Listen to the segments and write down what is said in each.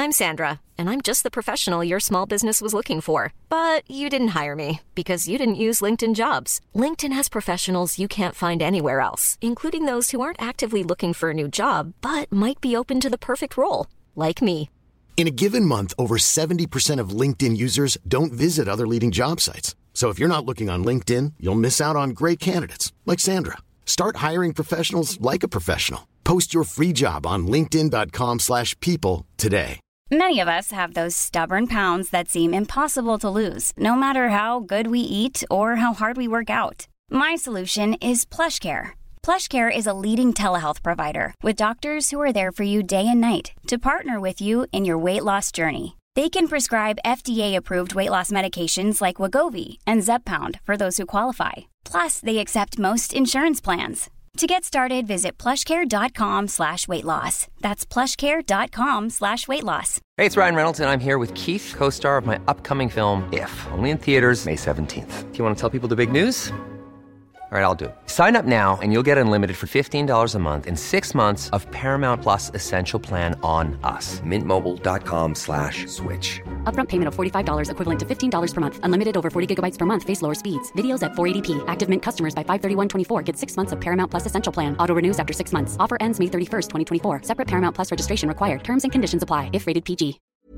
I'm Sandra, and I'm just the professional your small business was looking for. But you didn't hire me because you didn't use LinkedIn Jobs. LinkedIn has professionals you can't find anywhere else, including those who aren't actively looking for a new job, but might be open to the perfect role, like me. In a given month, over 70% of LinkedIn users don't visit other leading job sites. So if you're not looking on LinkedIn, you'll miss out on great candidates like Sandra. Start hiring professionals like a professional. Post your free job on linkedin.com/people today. Many of us have those stubborn pounds that seem impossible to lose, no matter how good we eat or how hard we work out. My solution is PlushCare. PlushCare is a leading telehealth provider with doctors who are there for you day and night to partner with you in your weight loss journey. They can prescribe FDA-approved weight loss medications like Wegovy and Zepbound for those who qualify. Plus, they accept most insurance plans. To get started, visit plushcare.com/weightloss. That's plushcare.com/weightloss. Hey, it's Ryan Reynolds, and I'm here with Keith, co-star of my upcoming film, If, only in theaters May 17th. Do you want to tell people the big news? All right, I'll do it. Sign up now and you'll get unlimited for $15 a month and 6 months of Paramount Plus Essential Plan on us. MintMobile.com/switch. Upfront payment of $45 equivalent to $15 per month. Unlimited over 40 gigabytes per month. Face lower speeds. Videos at 480p. Active Mint customers by 531.24 get 6 months of Paramount Plus Essential Plan. Auto renews after 6 months. Offer ends May 31st, 2024. Separate Paramount Plus registration required. Terms and conditions apply if rated PG.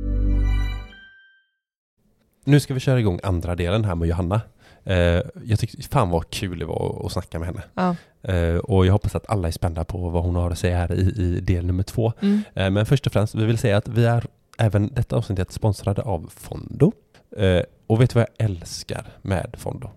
Nu ska vi köra igång andra delen här med Johanna. Jag tyckte fan vad kul det var att snacka med henne. Ja. Och jag hoppas att alla är spända på vad hon har att säga här i del nummer 2. Men först och främst, vi vill säga att vi är även detta avsnittet sponsrade av Fondo. Och vet du vad jag älskar med Fondo?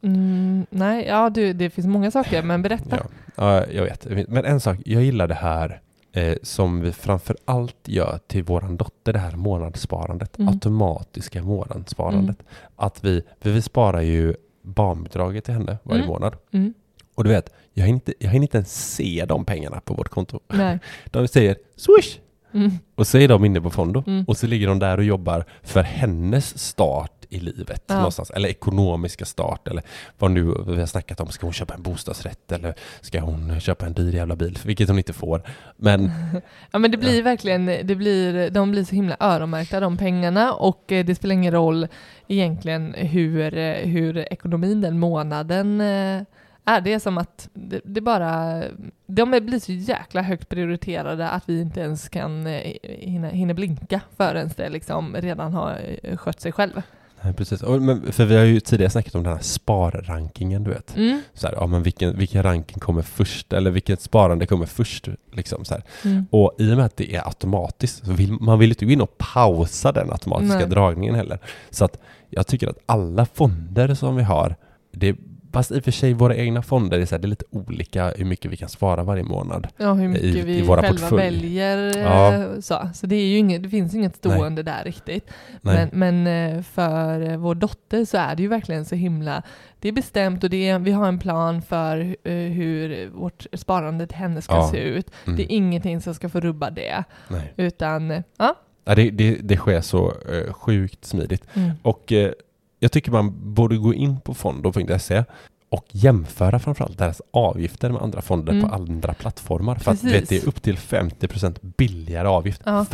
Nej, ja det finns många saker, men berätta. Ja, jag vet. Men en sak, jag gillar det här som vi framför allt gör till våran dotter, det här månadssparandet, automatiska månadssparandet. Att vi sparar ju barnbidraget till henne varje månad. Och du vet, jag hinner inte ens se de pengarna på vårt konto. Nej. De säger swish! Och så är de inne på Fondo. Och så ligger de där och jobbar för hennes start i livet någonstans. Eller ekonomiska start. Eller vad nu vi har snackat om. Ska hon köpa en bostadsrätt? Eller ska hon köpa en dyr jävla bil? Vilket hon inte får. Men, ja, men det blir verkligen, de blir så himla öronmärkta, de pengarna. Och det spelar ingen roll egentligen hur ekonomin den månaden är. Det som att det bara, de blir så jäkla högt prioriterade att vi inte ens kan hinna blinka förrän det liksom redan har skött sig själv. Nej, precis. Men, för vi har ju tidigare snackat om den här sparrankingen, du vet. Så här, ja, men vilken ranking kommer först, eller vilket sparande kommer först liksom, så här. Och i och med att det är automatiskt så man vill inte gå in och pausa den automatiska dragningen heller. Så att jag tycker att alla fonder som vi har, fast i och för sig våra egna fonder är det är lite olika hur mycket vi kan spara varje månad. Ja, hur mycket vi våra själva portfölj. Väljer. Ja. Så det är ju det finns inget stående där riktigt. Men för vår dotter så är det ju verkligen så himla, det är bestämt och vi har en plan för hur vårt sparande till henne ska se ut. Det är ingenting som ska få rubba det. Nej. Utan, Ja, det sker så sjukt smidigt. Och jag tycker man borde gå in på fondo.se och jämföra framförallt deras avgifter med andra fonder på andra plattformar. För att det är upp till 50% billigare avgift. Ja.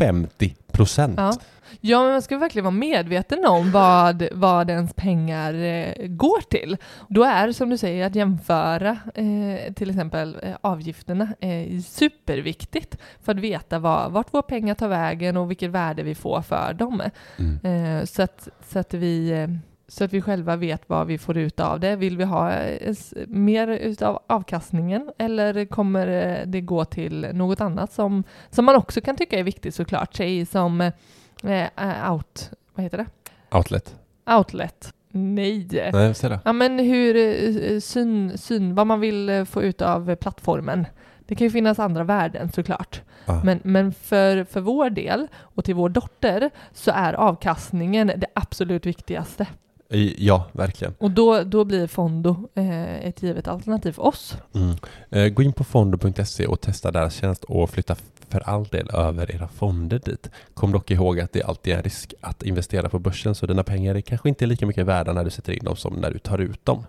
50%! Ja, men man ska verkligen vara medveten om vad ens pengar går till. Då är det som du säger att jämföra till exempel avgifterna superviktigt för att veta vart våra pengar tar vägen och vilket värde vi får för dem. Så att vi själva vet vad vi får ut av det. Vill vi ha mer utav avkastningen eller kommer det gå till något annat som man också kan tycka är viktigt såklart. Säg som vad heter det? Outlet. Nej, säg det. Ja, men hur vad man vill få ut av plattformen. Det kan ju finnas andra värden såklart. Men för vår del och till vår dotter så är avkastningen det absolut viktigaste. Ja, verkligen. Och då blir Fondo ett givet alternativ för oss. Gå in på fondo.se och testa deras tjänst och flytta för all del över era fonder dit. Kom dock ihåg att det alltid är en risk att investera på börsen, så dina pengar är kanske inte lika mycket värda när du sätter in dem som när du tar ut dem.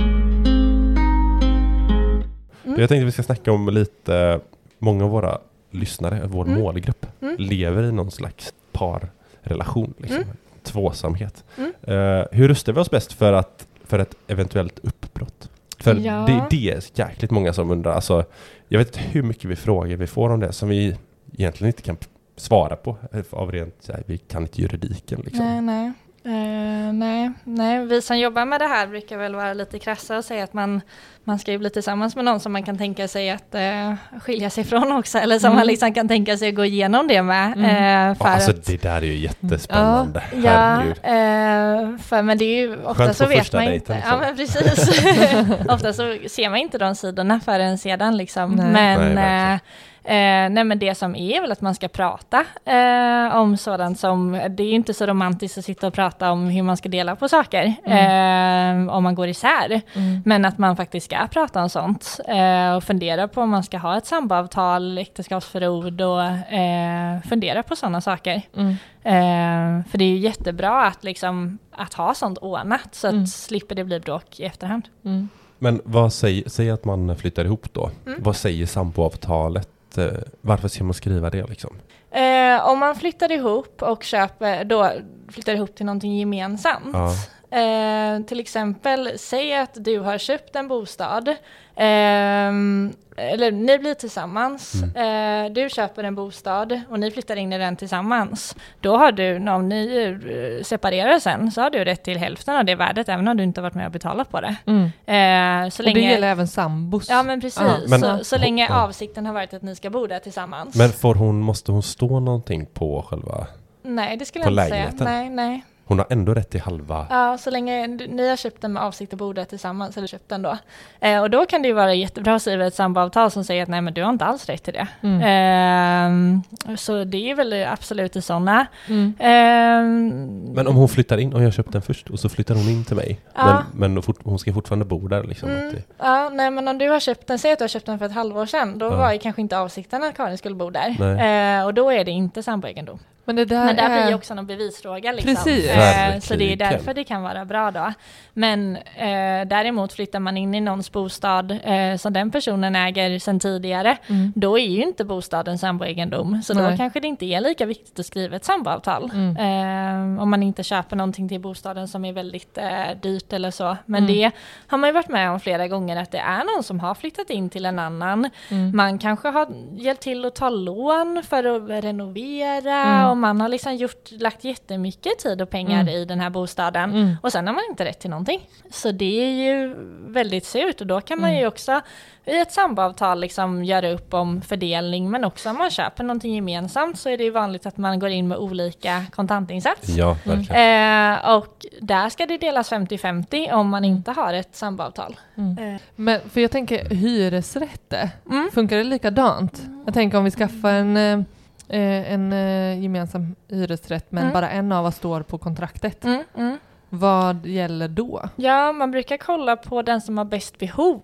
Jag tänkte att vi ska snacka om lite många av våra lyssnare, vår målgrupp, lever i någon slags parrelation, liksom. Tvåsamhet. Hur rustar vi oss bäst för ett eventuellt uppbrott? För det är jäkligt många som undrar. Alltså, jag vet inte hur mycket vi får om det som vi egentligen inte kan svara på. Av rent, vi kan inte juridiken. Liksom. Nej, vi som jobbar med det här brukar väl vara lite krassa och säga att man ska ju bli tillsammans med någon som man kan tänka sig att skilja sig från också, eller som man liksom kan tänka sig att gå igenom det med. Det där är ju jättespännande. Men det är ju ofta så vet man inte. Ja, men precis. Ofta så ser man inte de sidorna förrän sedan liksom. Men det som är väl att man ska prata om sådant som, det är ju inte så romantiskt att sitta och prata om hur man ska dela på saker om man går isär, men att man faktiskt ska prata om sånt och fundera på om man ska ha ett samboavtal, äktenskapsförord och fundera på sådana saker. För det är ju jättebra att ha sånt ordnat så att slipper det bli bråk i efterhand. Men vad säger att man flyttar ihop då? Vad säger samboavtalet? Varför ska man skriva det liksom? Om man flyttar ihop och flyttar ihop till någonting gemensamt. Till exempel, säg att du har köpt en bostad. Eller ni blir tillsammans. Du köper en bostad och ni flyttar in i den tillsammans. Då har du, om ni separerar sen, så har du rätt till hälften av det värdet, även om du inte har varit med och betalat på det. Så länge, det gäller även sambos. Ja, men precis. Så länge avsikten har varit att ni ska bo där tillsammans. Men måste hon stå någonting på själva? Nej, det skulle jag inte säga. Nej. Hon har ändå rätt till halva. Ja, så länge ni har köpt den med avsikt att bo där tillsammans, eller köpt den då. Och då kan det ju vara jättebra att skriva ett samboavtal som säger att nej, men du har inte alls rätt till det. Så det är väl absolut i sådana. Men om hon flyttar in, och jag köpt den först, och så flyttar hon in till mig. Men hon ska fortfarande bo där liksom. Nej, men om du har köpt den, säg att du har köpt den för ett halvår sedan, då var ju kanske inte avsikten att Karin skulle bo där. Och då är det inte samboegendom. Men där blir ju också någon bevisfråga. Liksom. Precis. Så det är därför det kan vara bra då. Men däremot flyttar man in i någons bostad som den personen äger sedan tidigare, då är ju inte bostaden samboegendom. Så då kanske det inte är lika viktigt att skriva ett samboavtal. Om man inte köper någonting till bostaden som är väldigt dyrt eller så. Men det har man ju varit med om flera gånger, att det är någon som har flyttat in till en annan. Man kanske har hjälpt till att ta lån för att renovera, och man har liksom lagt jättemycket tid och pengar i den här bostaden, och sen har man inte rätt till någonting. Så det är ju väldigt surt, och då kan man ju också i ett samboavtal liksom göra upp om fördelning, men också om man köper någonting gemensamt så är det ju vanligt att man går in med olika kontantinsats. Ja, verkligen. Och där ska det delas 50-50 om man inte har ett samboavtal. Men för jag tänker, hyresrätt, funkar det likadant? Jag tänker om vi skaffar en gemensam hyresrätt, men bara en av oss står på kontraktet. Vad gäller då? Ja, man brukar kolla på den som har bäst behov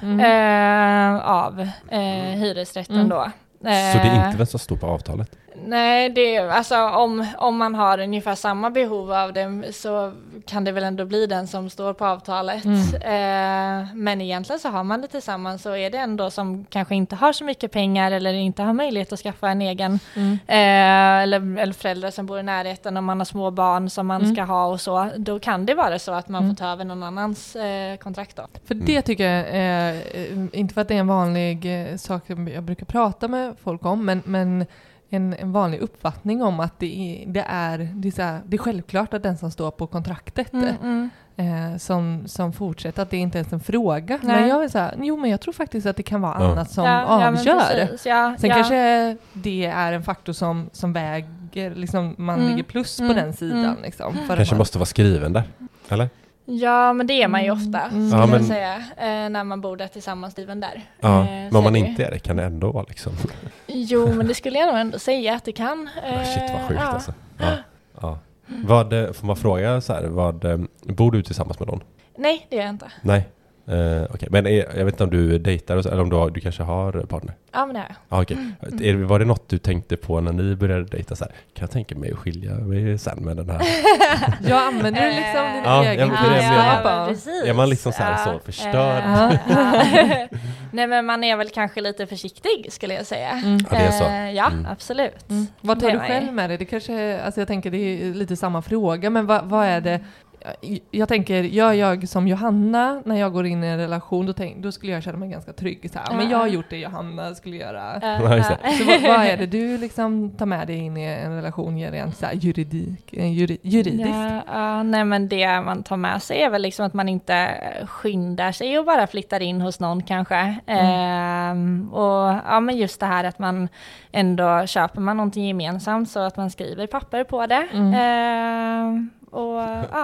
av hyresrätten då. Så det är inte vem som står på avtalet? Nej, det är, alltså om man har ungefär samma behov av dem så kan det väl ändå bli den som står på avtalet. Men egentligen så har man det tillsammans, så är det ändå som kanske inte har så mycket pengar eller inte har möjlighet att skaffa en egen eller föräldrar som bor i närheten, om man har små barn som man ska ha och så, då kan det vara så att man får ta över någon annans kontrakt då. För det tycker jag, inte för att det är en vanlig sak jag brukar prata med folk om, men en vanlig uppfattning om att det är självklart att den som står på kontraktet som fortsätter, att det inte ens är en fråga. Nej. Men jag vill säga, men jag tror faktiskt att det kan vara annat som avgör. Sen kanske det är en faktor som väger, liksom, man ligger plus på den sidan. Liksom, kanske måste vara skriven där, eller? Ja, men det är man ju ofta, skulle jag säga, när man bor där tillsammans skriven där. Ja, men om man inte är det, kan det ändå vara liksom... Jo, men det skulle jag nog ändå säga att det kan. Shit, vad sjukt alltså. Ja. Får man fråga så här, bor du tillsammans med någon? Nej, det gör jag inte. Nej. Okej. Men jag vet inte om du dejtar eller om du kanske har partner? Ja, men det är jag. Okej. Var det något du tänkte på när ni började dejta? Så här, kan jag tänka mig att skilja mig sen med den här? Jag använder du liksom din egen precis. Är man liksom så förstörd? Nej, men man är väl kanske lite försiktig, skulle jag säga. Ja, det är så. Ja, absolut. Vad tar du själv med dig? Det kanske, alltså jag tänker det är lite samma fråga, men vad är det? Jag tänker, jag som Johanna, när jag går in i en relation, då skulle jag känna mig ganska trygg. Så här, men jag har gjort det Johanna skulle göra. Så vad är det du liksom tar med dig in i en relation rent så här juridiskt? Nej, men det man tar med sig är väl liksom att man inte skyndar sig och bara flyttar in hos någon kanske. Och men just det här att man ändå köper man någonting gemensamt så att man skriver papper på det. Och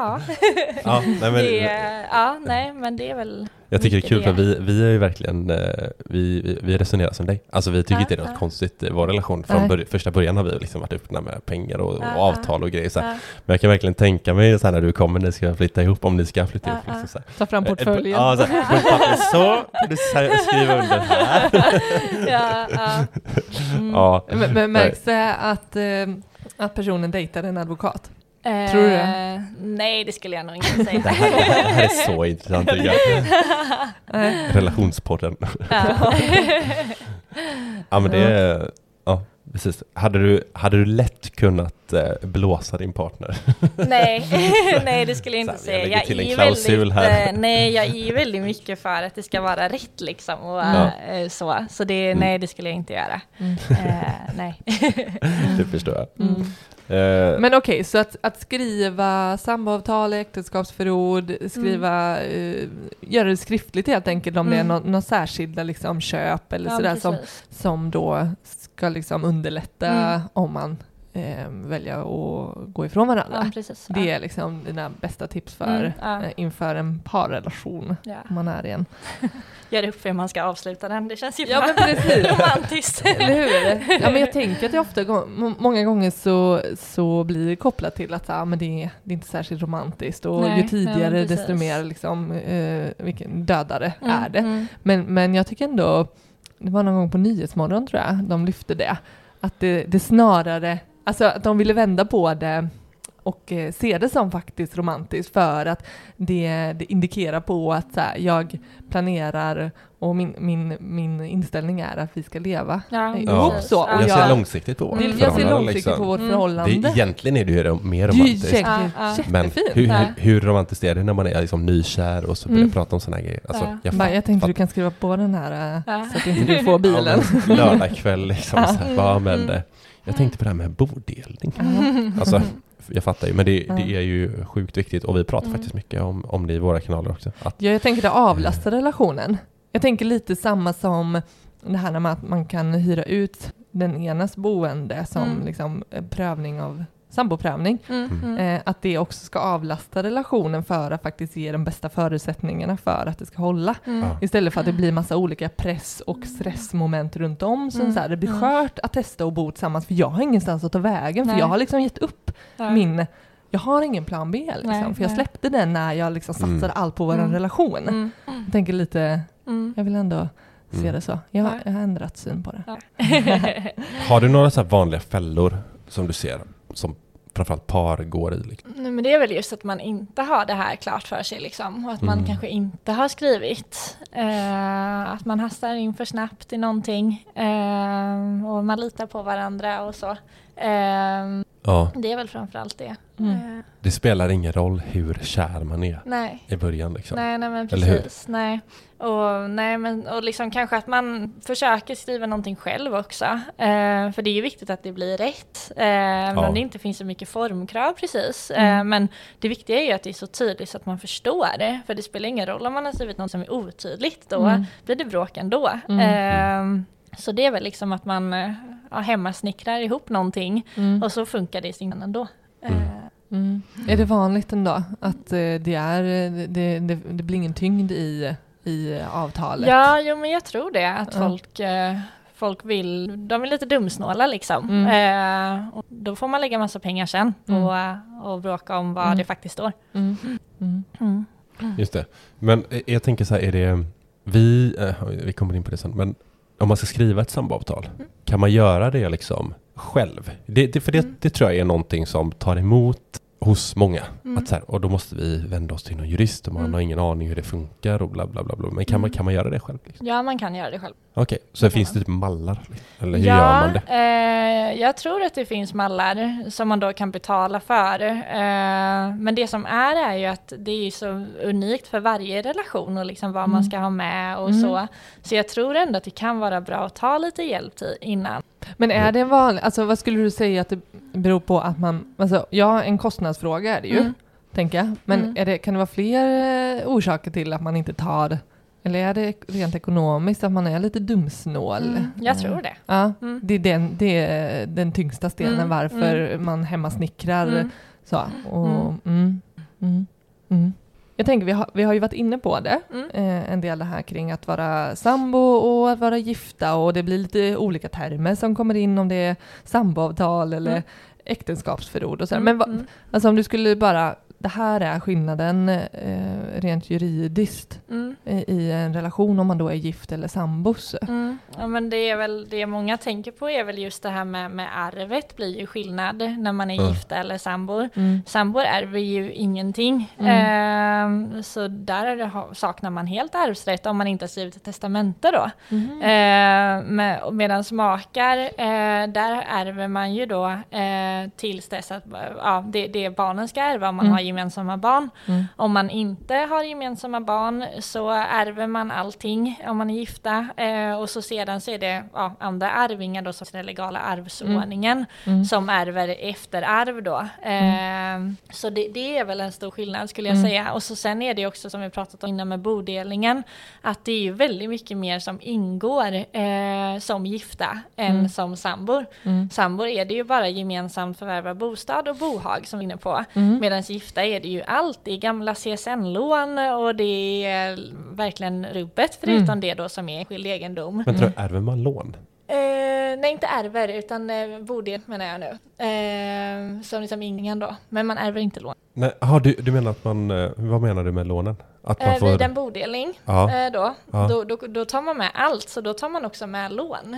men det är väl. Jag tycker det är kul för vi är ju verkligen vi resonerar som dig. Alltså vi tycker inte det är något konstigt i vår relation. Från första början har vi liksom varit öppna med pengar och avtal och grejer så. Men jag kan verkligen tänka mig så här när du kommer, ni ska flytta ihop, om ni ska flytta ihop liksom, så här. Ta fram portföljen. Så du skriva under här. Men märks det att personen dejtar en advokat? Tror du det? Nej, det skulle jag nog inte säga. Det här är så intressant. Relationspodden. Ja, men det är... Ja, precis. Hade du lätt kunnat blåsa din partner? Nej, det skulle jag inte säga. Jag är väldigt mycket för att det ska vara rätt liksom. Och, så det, nej, det skulle jag inte göra. Nej. Det förstår jag. Men okej, så att skriva samboavtal, äktenskapsförord, göra det skriftligt helt enkelt om det är någon särskilda liksom, köp eller sådär som då ska liksom underlätta om man välja att gå ifrån varandra. Det är liksom dina bästa tips för inför en parrelation om man är i en. Gör upp för man ska avsluta den. Det känns ju romantiskt. Eller hur? Ja, men jag tänker att det ofta många gånger så blir det kopplat till att men det är inte särskilt romantiskt och ju tidigare desto mer liksom, vilken dödare är det. Men jag tycker ändå, det var någon gång på Nyhetsmorgon tror jag, de lyfte det. Att det snarare, alltså att de ville vända på det och se det som faktiskt romantiskt för att det indikerar på att så här, jag planerar och min inställning är att vi ska leva ihop så. Och jag ser långsiktigt på vårt förhållande. Jag ser långsiktigt på vårt förhållande. Egentligen är det ju mer romantiskt. Men hur romantiskt är det när man är liksom nykär och så börjar prata om såna här grejer? Alltså, jag tänkte du kan skriva på den här så att inte du får bilen. Lördagkväll liksom. Jag tänkte på det här med bodelning. Alltså, jag fattar ju, men det är ju sjukt viktigt och vi pratar faktiskt mycket om det i våra kanaler också. Jag tänker det avlastar relationen. Jag tänker lite samma som det här med att man kan hyra ut den enas boende som liksom prövning av samboprövning. Att det också ska avlasta relationen för att faktiskt ge de bästa förutsättningarna för att det ska hålla. Istället för att det blir massa olika press- och stressmoment runt om. Som så här, det blir skört att testa och bo tillsammans för jag har ingenstans att ta vägen. För jag har liksom gett upp jag har ingen plan B liksom, för jag släppte den när jag liksom satsade allt på vår relation. Jag tänker lite, jag vill ändå se det så. Jag har ändrat syn på det. Har du några så här vanliga fällor som du ser som framförallt par går i? Liksom? Nej, men det är väl just att man inte har det här klart för sig liksom, och att man kanske inte har skrivit. Att man hastar in för snabbt i någonting och man litar på varandra och så. Det är väl framförallt det. Det spelar ingen roll hur kär man är i början. Liksom. Nej, men precis. Nej. Och liksom kanske att man försöker skriva någonting själv också. För det är ju viktigt att det blir rätt. Om det inte finns så mycket formkrav precis. Men det viktiga är ju att det är så tydligt så att man förstår det. För det spelar ingen roll om man har skrivit något som är otydligt. Då blir det bråk ändå. Så det är väl liksom att man hemmasnickrar ihop någonting och så funkar det i sinnen ändå. Är det vanligt ändå att det blir ingen tyngd i avtalet? Ja, men jag tror det. Att folk de är lite dumsnåla liksom. Och då får man lägga massa pengar sen på och bråka om vad det faktiskt står. Just det. Men jag tänker så här, är det vi kommer in på det sen, men om man ska skriva ett samboavtal, kan man göra det liksom själv? Det tror jag är någonting som tar emot hos många. Att så här, och då måste vi vända oss till någon jurist och man har ingen aning hur det funkar och bla bla bla. Men kan man göra det själv? Liksom? Ja, man kan göra det själv. Okej, så finns det typ mallar? Eller hur gör man det? Jag tror att det finns mallar som man då kan betala för. Men det som är ju att det är så unikt för varje relation och liksom vad man ska ha med och så. Så jag tror ändå att det kan vara bra att ta lite hjälp innan. Men är det en vanlig, alltså vad skulle du säga att det beror på att man, alltså en kostnadsfråga är det ju, tänker jag. Men kan det vara fler orsaker till att man inte tar, eller är det rent ekonomiskt att man är lite dumsnål? Jag tror det. Ja, det är den tyngsta stenen varför man hemmasnickrar så. Och, Jag tänker, vi har ju varit inne på det, en del det här kring att vara sambo och att vara gifta, och det blir lite olika termer som kommer in, om det är samboavtal eller äktenskapsförord och så. Men alltså om du skulle bara, det här är skillnaden rent juridiskt i en relation om man då är gift eller sambos. Ja, men det är väl det många tänker på är väl just det här med arvet blir ju skillnad när man är gifta eller sambor. Sambor ärver ju ingenting. Så där saknar man helt arvsrätt om man inte har skrivit ett testamente då. Medan makar, där ärver man ju då tills dess att det barnen ska ärva om man har gemensamma barn. Om man inte har gemensamma barn så ärver man allting om man är gifta. Och så sedan så är det andra arvingar då, så den legala arvsordningen som ärver efter arv då. Så det är väl en stor skillnad skulle jag säga. Och så sen är det också, som vi pratat om innan med bodelningen, att det är ju väldigt mycket mer som ingår som gifta än som sambor. Sambor är det ju bara gemensamt förvärva bostad och bohag som vi är inne på. Medan gifta är det ju allt. Det är gamla CSN-lån och det är verkligen rubbet, förutom det då som är enskild egendom. Men tror ärver man lån? Nej, inte ärver, utan bodel menar jag nu. Som liksom ingen då. Men man ärver inte lån. Nej, du menar att man, vad menar du med lånen? Att man får... Vid en bodelning då tar man med allt, så då tar man också med lån.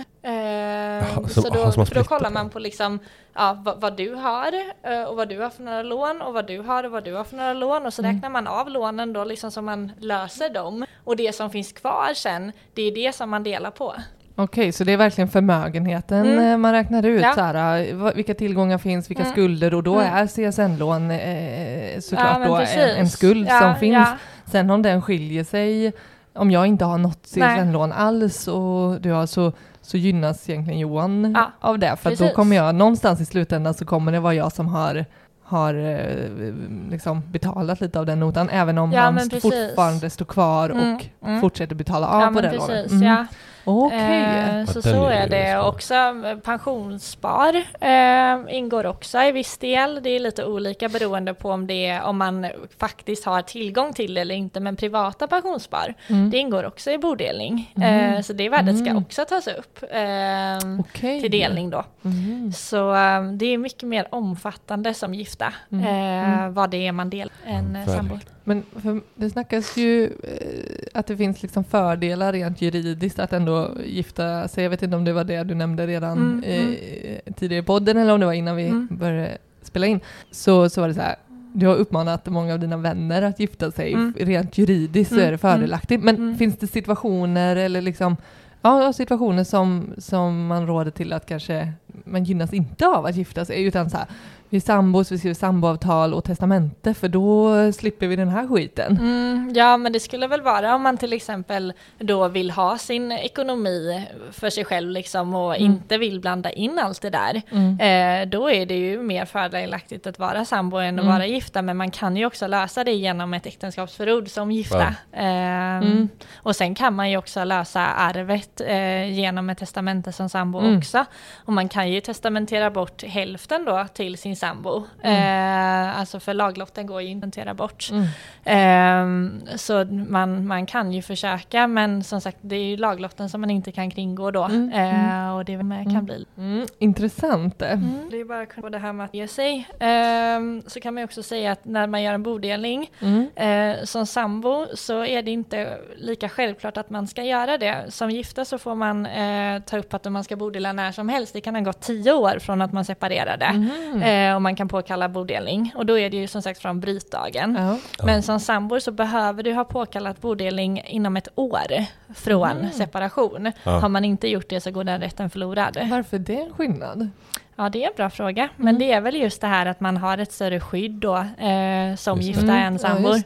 Då kollar man på liksom, vad du har och vad du har för några lån och vad du har och vad du har för några lån, och så räknar man av lånen då liksom, så man löser dem, och det som finns kvar sen, det är det som man delar på. Okej, så det är verkligen förmögenheten man räknar ut, så här, vilka tillgångar finns, vilka skulder, och då är CSN-lån såklart då en skuld som finns. Sen om den skiljer sig, om jag inte har något CSN-lån alls och du har så gynnas egentligen Johan av det, för då kommer jag någonstans i slutändan, så kommer det vara jag som har liksom betalat lite av den notan, även om han fortfarande står kvar och fortsätter betala av på den lånen. Okay. Så är det också. Pensionsspar ingår också i viss del. Det är lite olika beroende på om man faktiskt har tillgång till det eller inte. Men privata pensionsspar, det ingår också i bodelning. Så det värdet ska också tas upp till delning då. Så det är mycket mer omfattande som gifta vad det är man delar än sambor. Men det snackas ju att det finns liksom fördelar rent juridiskt att ändå gifta sig. Jag vet inte om det var det du nämnde redan tidigare i podden, eller om det var innan vi började spela in. Så var det så här, du har uppmanat många av dina vänner att gifta sig. Rent juridiskt så är det fördelaktigt. Men finns det situationer eller liksom situationer som man råder till att kanske man gynnas inte av att gifta sig, utan så här, vi sambos, vi skriver samboavtal och testamente, för då slipper vi den här skiten. Ja, men det skulle väl vara om man till exempel då vill ha sin ekonomi för sig själv liksom, och inte vill blanda in allt det där. Då är det ju mer fördelaktigt att vara sambo än att vara gifta, men man kan ju också lösa det genom ett äktenskapsförord som gifta. Och sen kan man ju också lösa arvet genom ett testamente som sambo också. Och man kan kan ju testamentera bort hälften då till sin sambo. Alltså för laglotten går ju att testamentera bort. Så man kan ju försöka, men som sagt det är ju laglotten som man inte kan kringå då. Och det kan bli. Intressant. Det är bara på det här med att ge sig. Så kan man ju också säga att när man gör en bodelning som sambo så är det inte lika självklart att man ska göra det. Som gifta så får man ta upp att man ska bodela när som helst. Det kan ha gått 10 år från att man separerade. Och man kan påkalla bodelning. Och då är det ju som sagt från brytdagen. Men som sambor så behöver du ha påkallat bodelning inom ett år från separation. Har man inte gjort det så går den rätten förlorad. Varför det är en skillnad? Ja, det är en bra fråga. Men det är väl just det här att man har ett större skydd då som gifta än sambor.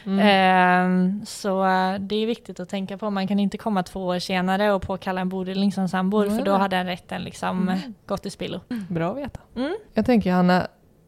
Så det är viktigt att tänka på. Man kan inte komma 2 år senare och påkalla en bodelning som sambor för då har den rätten liksom gått i spillo. Bra att veta. Jag tänker Hanna,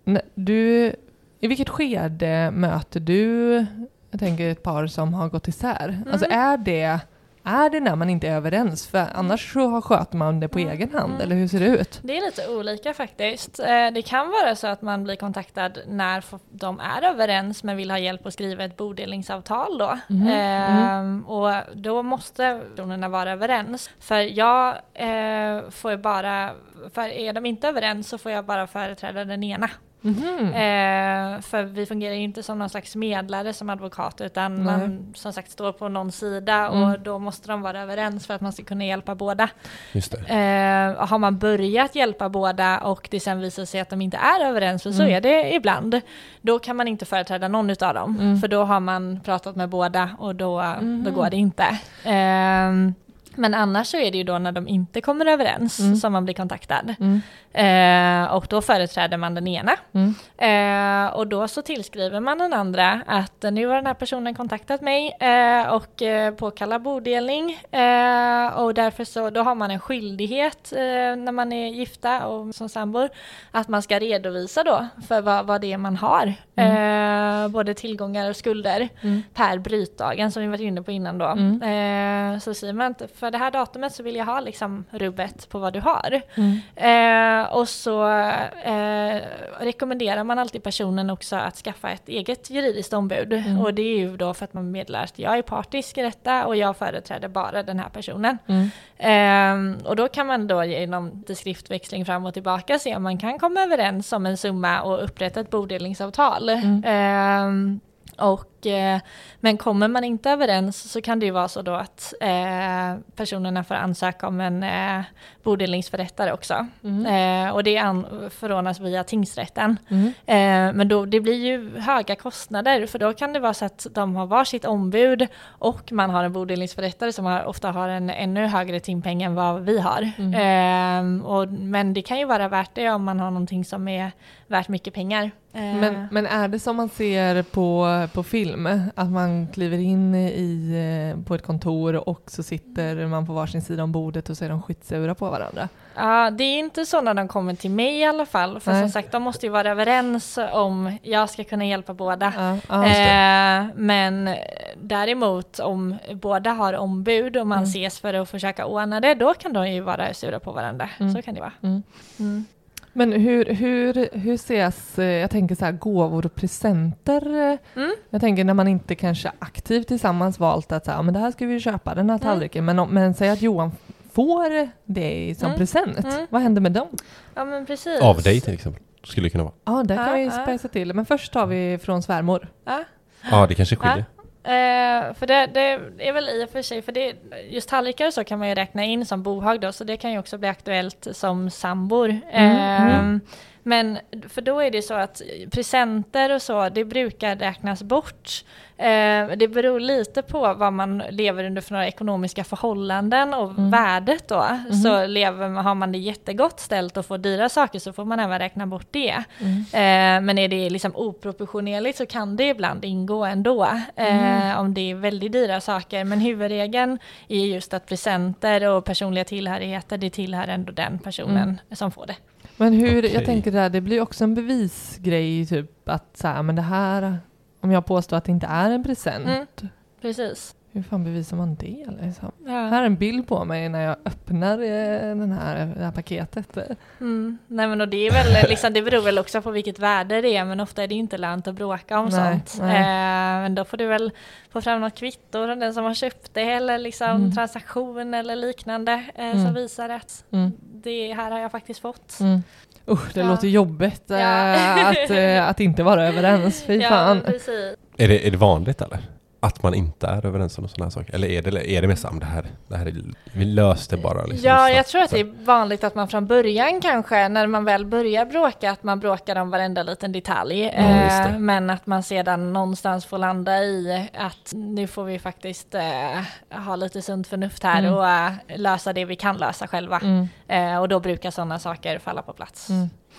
i vilket skede möter du, jag tänker ett par som har gått isär. Alltså är det när man inte är överens? För annars så sköter man det på egen hand, eller hur ser det ut? Det är lite olika faktiskt. Det kan vara så att man blir kontaktad när de är överens men vill ha hjälp att skriva ett bodelningsavtal då. Och då måste personerna vara överens. För jag får bara, för är de inte överens så får jag bara företräda den ena. För vi fungerar ju inte som någon slags medlare som advokat utan man som sagt står på någon sida och då måste de vara överens för att man ska kunna hjälpa båda. Just det. Har man börjat hjälpa båda och det sen visar sig att de inte är överens så är det ibland. Då kan man inte företräda någon utav dem för då har man pratat med båda och då går det inte. Men annars så är det ju då när de inte kommer överens som man blir kontaktad. Och då företräder man den ena. Och då så tillskriver man den andra att nu har den här personen kontaktat mig och påkallar bodelning. Och därför så då har man en skyldighet när man är gifta och som sambor att man ska redovisa då för vad det är man har. Både tillgångar och skulder per brytdagen som vi varit inne på innan då. Så säger man att för det här datumet så vill jag ha liksom rubbet på vad du har. Och så rekommenderar man alltid personen också att skaffa ett eget juridiskt ombud. Och det är ju då för att man meddelar att jag är partisk i detta och jag företräder bara den här personen. Och då kan man då genom skriftväxling fram och tillbaka se om man kan komma överens om en summa och upprätta ett bodelningsavtal. Men kommer man inte överens så kan det ju vara så då att personerna får ansöka om en bodelningsförrättare också. Och det förordnas via tingsrätten. Men då, det blir ju höga kostnader för då kan det vara så att de har varsitt ombud och man har en bodelningsförrättare som ofta har en ännu högre timpeng än vad vi har. Men det kan ju vara värt det om man har någonting som är värt mycket pengar. Men är det som man ser på film? Att man kliver in på ett kontor och så sitter man på varsin sida om bordet och så är de skitsura på varandra? Ja, det är inte så när de kommer till mig i alla fall. För som sagt, de måste ju vara överens om jag ska kunna hjälpa båda. Men däremot om båda har ombud och man ses för att försöka ordna det, då kan de ju vara sura på varandra. Så kan det vara. Men hur ses, jag tänker så här, gåvor och presenter. Jag tänker när man inte kanske aktivt tillsammans valt att så här, men det här ska vi köpa, den här tallriken. Men säg att Johan får det som present. Vad händer med dem? Ja, men precis. Av dig till exempel, skulle det kunna vara. Ja, där kan vi spejsa till. Men först tar vi från svärmor. Ja, det kanske skiljer. För det är väl i och för sig, för det, just tallrikar så kan man ju räkna in som bohag då, så det kan ju också bli aktuellt som sambor. Men för då är det så att presenter och så, det brukar räknas bort. Det beror lite på vad man lever under för några ekonomiska förhållanden och värdet då. Så har man det jättegott ställt och får dyra saker så får man även räkna bort det. Men är det liksom oproportionerligt så kan det ibland ingå ändå om det är väldigt dyra saker. Men huvudregeln är just att presenter och personliga tillhörigheter, det tillhör ändå den personen som får det. Men jag tänker där, det blir också en bevisgrej typ att så här, men det här, om jag påstår att det inte är en present. Precis. Hur fan bevisar man det? Liksom? Ja. Här är en bild på mig när jag öppnar det här paketet. Nej, men och det är väl liksom, det beror väl också på vilket värde det är, men ofta är det inte lönt att bråka om sånt. Men då får du väl få fram något kvitto från den som har köpt det, eller liksom transaktion eller liknande som visar att det här har jag faktiskt fått. Det låter jobbigt att inte vara överens. Fy fan. Är det vanligt eller? Att man inte är överens om sådana här saker? Eller är det mest om det här vi löste bara? Liksom, ja, jag tror att det är vanligt att man från början kanske, när man väl börjar bråka, att man bråkar om varenda liten detalj. Men att man sedan någonstans får landa i att nu får vi faktiskt ha lite sunt förnuft här och lösa det vi kan lösa själva. Och då brukar sådana saker falla på plats.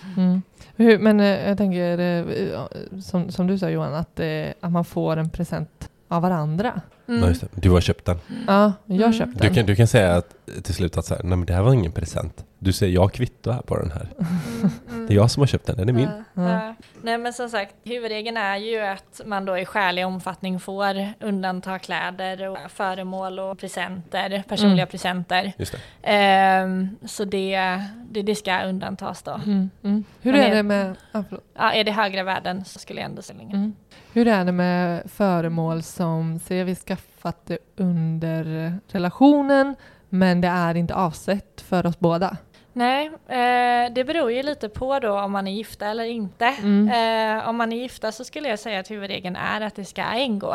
Men jag tänker, som du sa Johan, att man får en present av varandra. Ja, just det. Du har köpt den. Ja, jag köpte den. Du kan säga att, till slut att så här, nej men det här var ingen present. Du säger, jag kvittar här på den här. Det är jag som har köpt den är min. Nej, men som sagt, huvudregeln är ju att man då i skälig omfattning får undanta kläder och föremål och presenter, personliga presenter. Just det. Så det ska undantas då. Hur är det med... är det högre värden så skulle jag ändå säga. Hur är det med föremål som säger vi skaffat det under relationen, men det är inte avsett för oss båda? Nej, det beror ju lite på då om man är gifta eller inte. Om man är gifta så skulle jag säga att huvudregeln är att det ska ingå.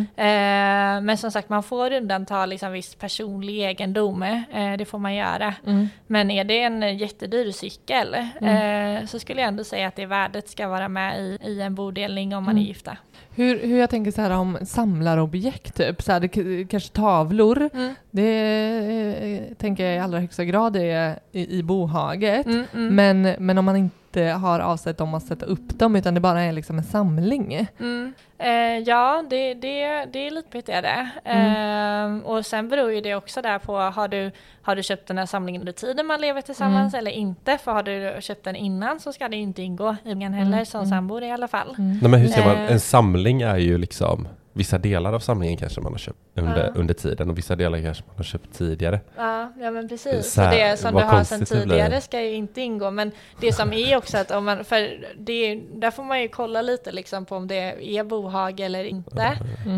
Men som sagt, man får undanta liksom viss personlig egendom. Det får man göra. Men är det en jättedyr cykel så skulle jag ändå säga att det värdet ska vara med i en bodelning om man är gifta. Hur jag tänker så här om samlarobjekt typ, så här, det kanske tavlor, det tänker jag i allra högsta grad är i bohaget, men om man inte har avsett dem att sätta upp dem utan det bara är liksom en samling. Ja, det är lite bit är det. Och sen beror ju det också där på, har du köpt den här samlingen under tiden man lever tillsammans eller inte? För har du köpt den innan så ska det inte ingå i ingen heller som sambor i alla fall. Nej, men hur ser man? En samling är ju liksom vissa delar av samlingen kanske man har köpt under tiden och vissa delar kanske man har köpt tidigare. Ja men precis. Så det som du har sedan tidigare ska ju inte ingå. Men det som är också att om man, för där får man ju kolla lite liksom på om det är bohag eller inte.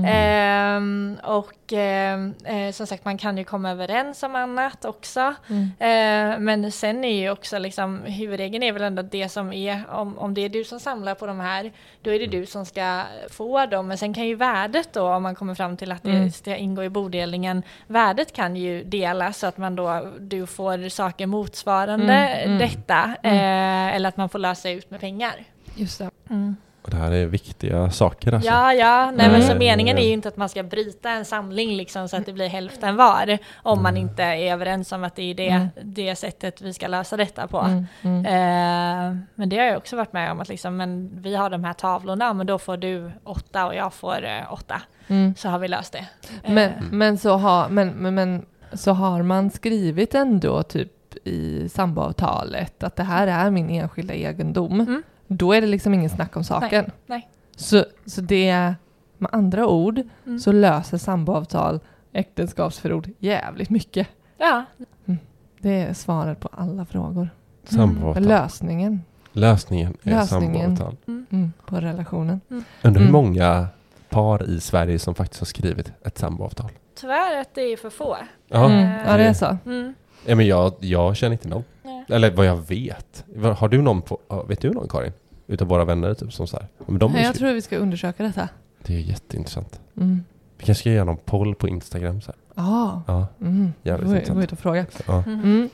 Som sagt, man kan ju komma överens om annat också. Men sen är ju också liksom, huvudregeln är väl ändå det som är, om det är du som samlar på de här, då är det du som ska få dem. Men sen kan ju värdet då, om man kommer fram till att det ska ingå i bodelningen, värdet kan ju delas så att man då, du får saker motsvarande detta. Eller att man får lösa ut med pengar. Just det. Och det här är viktiga saker alltså. Nej, men så meningen är ju inte att man ska bryta en samling liksom, så att det blir hälften var. Om man inte är överens om att det är det sättet vi ska lösa detta på. Men det har jag också varit med om att liksom, men vi har de här tavlorna, men då får du 8 och jag får 8. Så har vi löst det. Men så har man skrivit ändå typ i samboavtalet att det här är min enskilda egendom. Då är det liksom ingen snack om saken. Nej. Så det, med andra ord, så löser samboavtal äktenskapsförord jävligt mycket. Ja. Det är svaret på alla frågor. Samboavtal. Lösningen är samboavtal. På relationen. Undrar hur många par i Sverige som faktiskt har skrivit ett samboavtal? Tyvärr att det är för få. Ja, det är så. Ja, men jag känner inte någon. Eller vad jag vet. Har du någon vet du någon, Karin? Utav våra vänner typ som så här. Men jag tror vi ska undersöka detta. Det är jätteintressant. Vi kanske ska göra någon poll på Instagram så här. Ja. Jävligt intressant. Gå ut och fråga. Ja.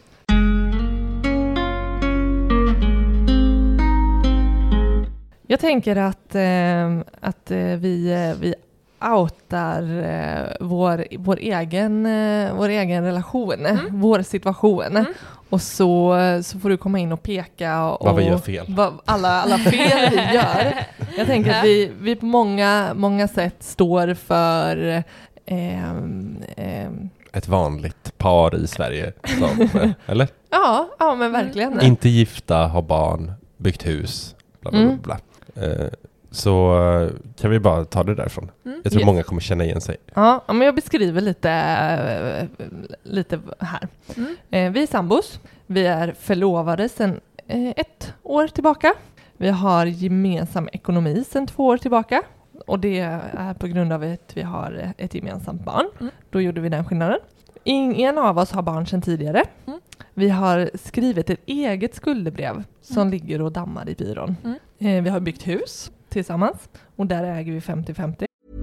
Jag tänker att vi outar vår egen relation, vår situation. Och så får du komma in och peka och vad vi gör fel. Alla fel vi gör. Jag tänker att vi på många sätt står för ett vanligt par i Sverige som, eller? Ja, men verkligen. Inte gifta, har barn, byggt hus, bla bla bla. så kan vi bara ta det därifrån. Jag tror många kommer känna igen sig. Ja, men jag beskriver lite här. Vi är sambos. Vi är förlovade sedan 1 år tillbaka. Vi har gemensam ekonomi sedan 2 år tillbaka. Och det är på grund av att vi har ett gemensamt barn. Då gjorde vi den skillnaden. Ingen av oss har barn sedan tidigare. Vi har skrivit ett eget skuldebrev som ligger och dammar i byrån. Vi har byggt hus tillsammans och där äger vi 50-50.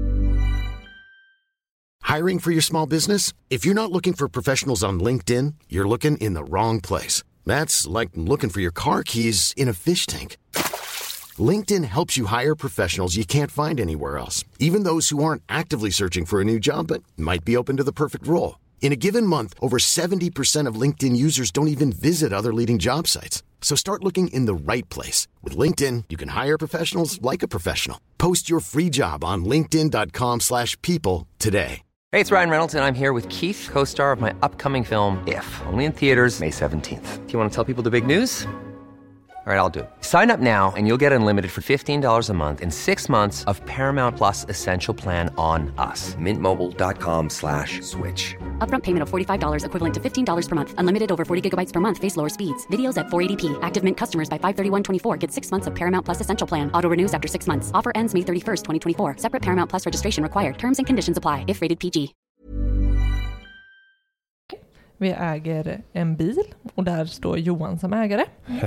Hiring for your small business? If you're not looking for professionals on LinkedIn, you're looking in the wrong place. That's like looking for your car keys in a fish tank. LinkedIn helps you hire professionals you can't find anywhere else, even those who aren't actively searching for a new job but might be open to the perfect role. In a given month, over 70% of LinkedIn users don't even visit other leading job sites. So start looking in the right place. With LinkedIn, you can hire professionals like a professional. Post your free job on linkedin.com/people today. Hey, it's Ryan Reynolds, and I'm here with Keith, co-star of my upcoming film, If, only in theaters May 17th. Do you want to tell people the big news? All right, I'll do it. Sign up now and you'll get unlimited for $15 a month and 6 months of Paramount Plus Essential Plan on us. MintMobile.com/switch. Upfront payment of $45 equivalent to $15 per month. Unlimited over 40 gigabytes per month. Face lower speeds. Videos at 480p. Active Mint customers by 531.24 get 6 months of Paramount Plus Essential Plan. Auto renews after 6 months. Offer ends May 31st, 2024. Separate Paramount Plus registration required. Terms and conditions apply if rated PG. Vi äger en bil och där står Johan som ägare.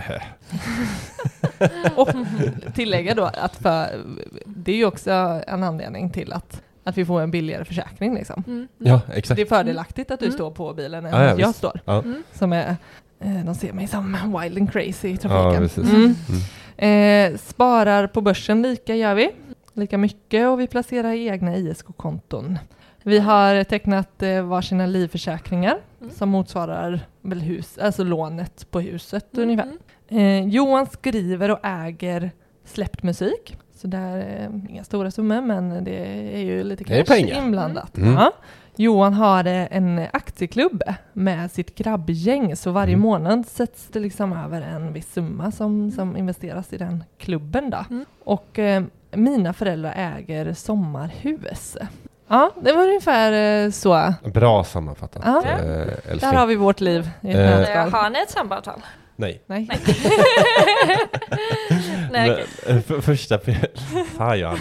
Och tillägga då att det är ju också en anledning till att vi får en billigare försäkring liksom. Ja, exakt. Det är fördelaktigt att du står på bilen än att jag står. Ja. Som är, de ser mig som wild and crazy i trafiken. Sparar på börsen lika mycket och vi placerar egna ISK-konton. Vi har tecknat varsina livförsäkringar som motsvarar väl alltså lånet på huset ungefär. Johan skriver och äger släppt musik. Så det är inga stora summor men det är ju lite cash inblandat. Ja. Johan har en aktieklubb med sitt grabbgäng så varje månad sätts det liksom över en viss summa som investeras i den klubben då. Och mina föräldrar äger sommarhus. Ja, det var ungefär så. Bra sammanfattat. Ja. Där har vi vårt liv. Har ni ett samboavtal? Nej. Nej, Första fan Johanna.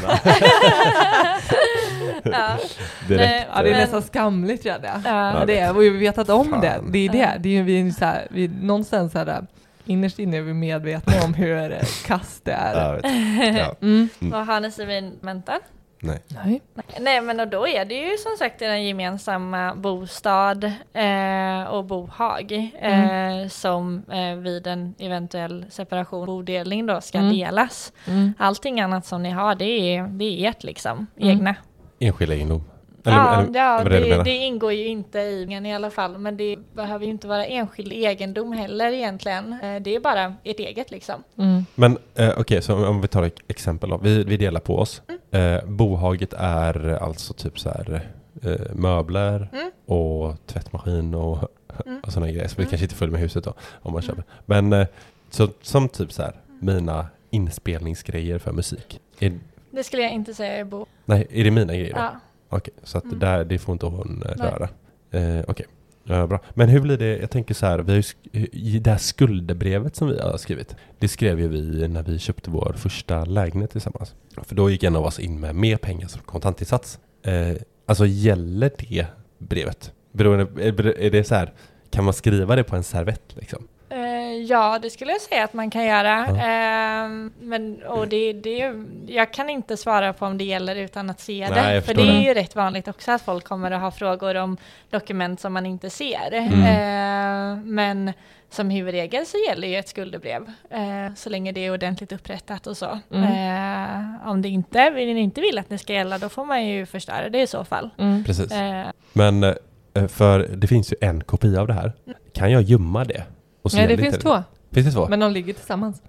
Det är nästan skamligt det. Det är, och vi vet att om det. Det är det. Det är ju vi någonstans så här innerst inne är vi medvetna om hur kast det är. Vad har ni civilmenten? Nej, men då är det ju som sagt den gemensamma bostad och bohag som vid en eventuell separation bodelning då ska delas. Allting annat som ni har det är ert liksom, egna. Enskild egendom. Det ingår ju inte i alla fall, men det behöver ju inte vara enskild egendom heller egentligen. Det är bara ett eget liksom. Men okej, så om vi tar ett exempel då. Vi delar på oss. Bohaget är alltså typ så här möbler och tvättmaskin och sådana grejer. Så vi kanske inte följer med huset då om man köper. Men så, som typ så här mina inspelningsgrejer för musik. Det skulle jag inte säga är bo. Nej, är det mina grejer då? Ja. Okej, så att det får inte hon röra. Okej, bra. Men hur blir det, jag tänker så här, vi har i det här skuldebrevet som vi har skrivit, det skrev ju vi när vi köpte vår första lägenhet tillsammans. För då gick en av oss in med mer pengar som kontantinsats. Alltså gäller det brevet? Är det så här, kan man skriva det på en servett liksom? Ja, det skulle jag säga att man kan göra. Men jag kan inte svara på om det gäller utan att se det. För det är ju rätt vanligt också att folk kommer att ha frågor om dokument som man inte ser. Men som huvudregel så gäller ju ett skuldebrev. Så länge det är ordentligt upprättat och så. Om det inte vill att det ska gälla, då får man ju förstöra det i så fall. Precis. Men för det finns ju en kopia av det här. Kan jag gömma det? Nej, det finns 2. Finns det 2? Men de ligger tillsammans.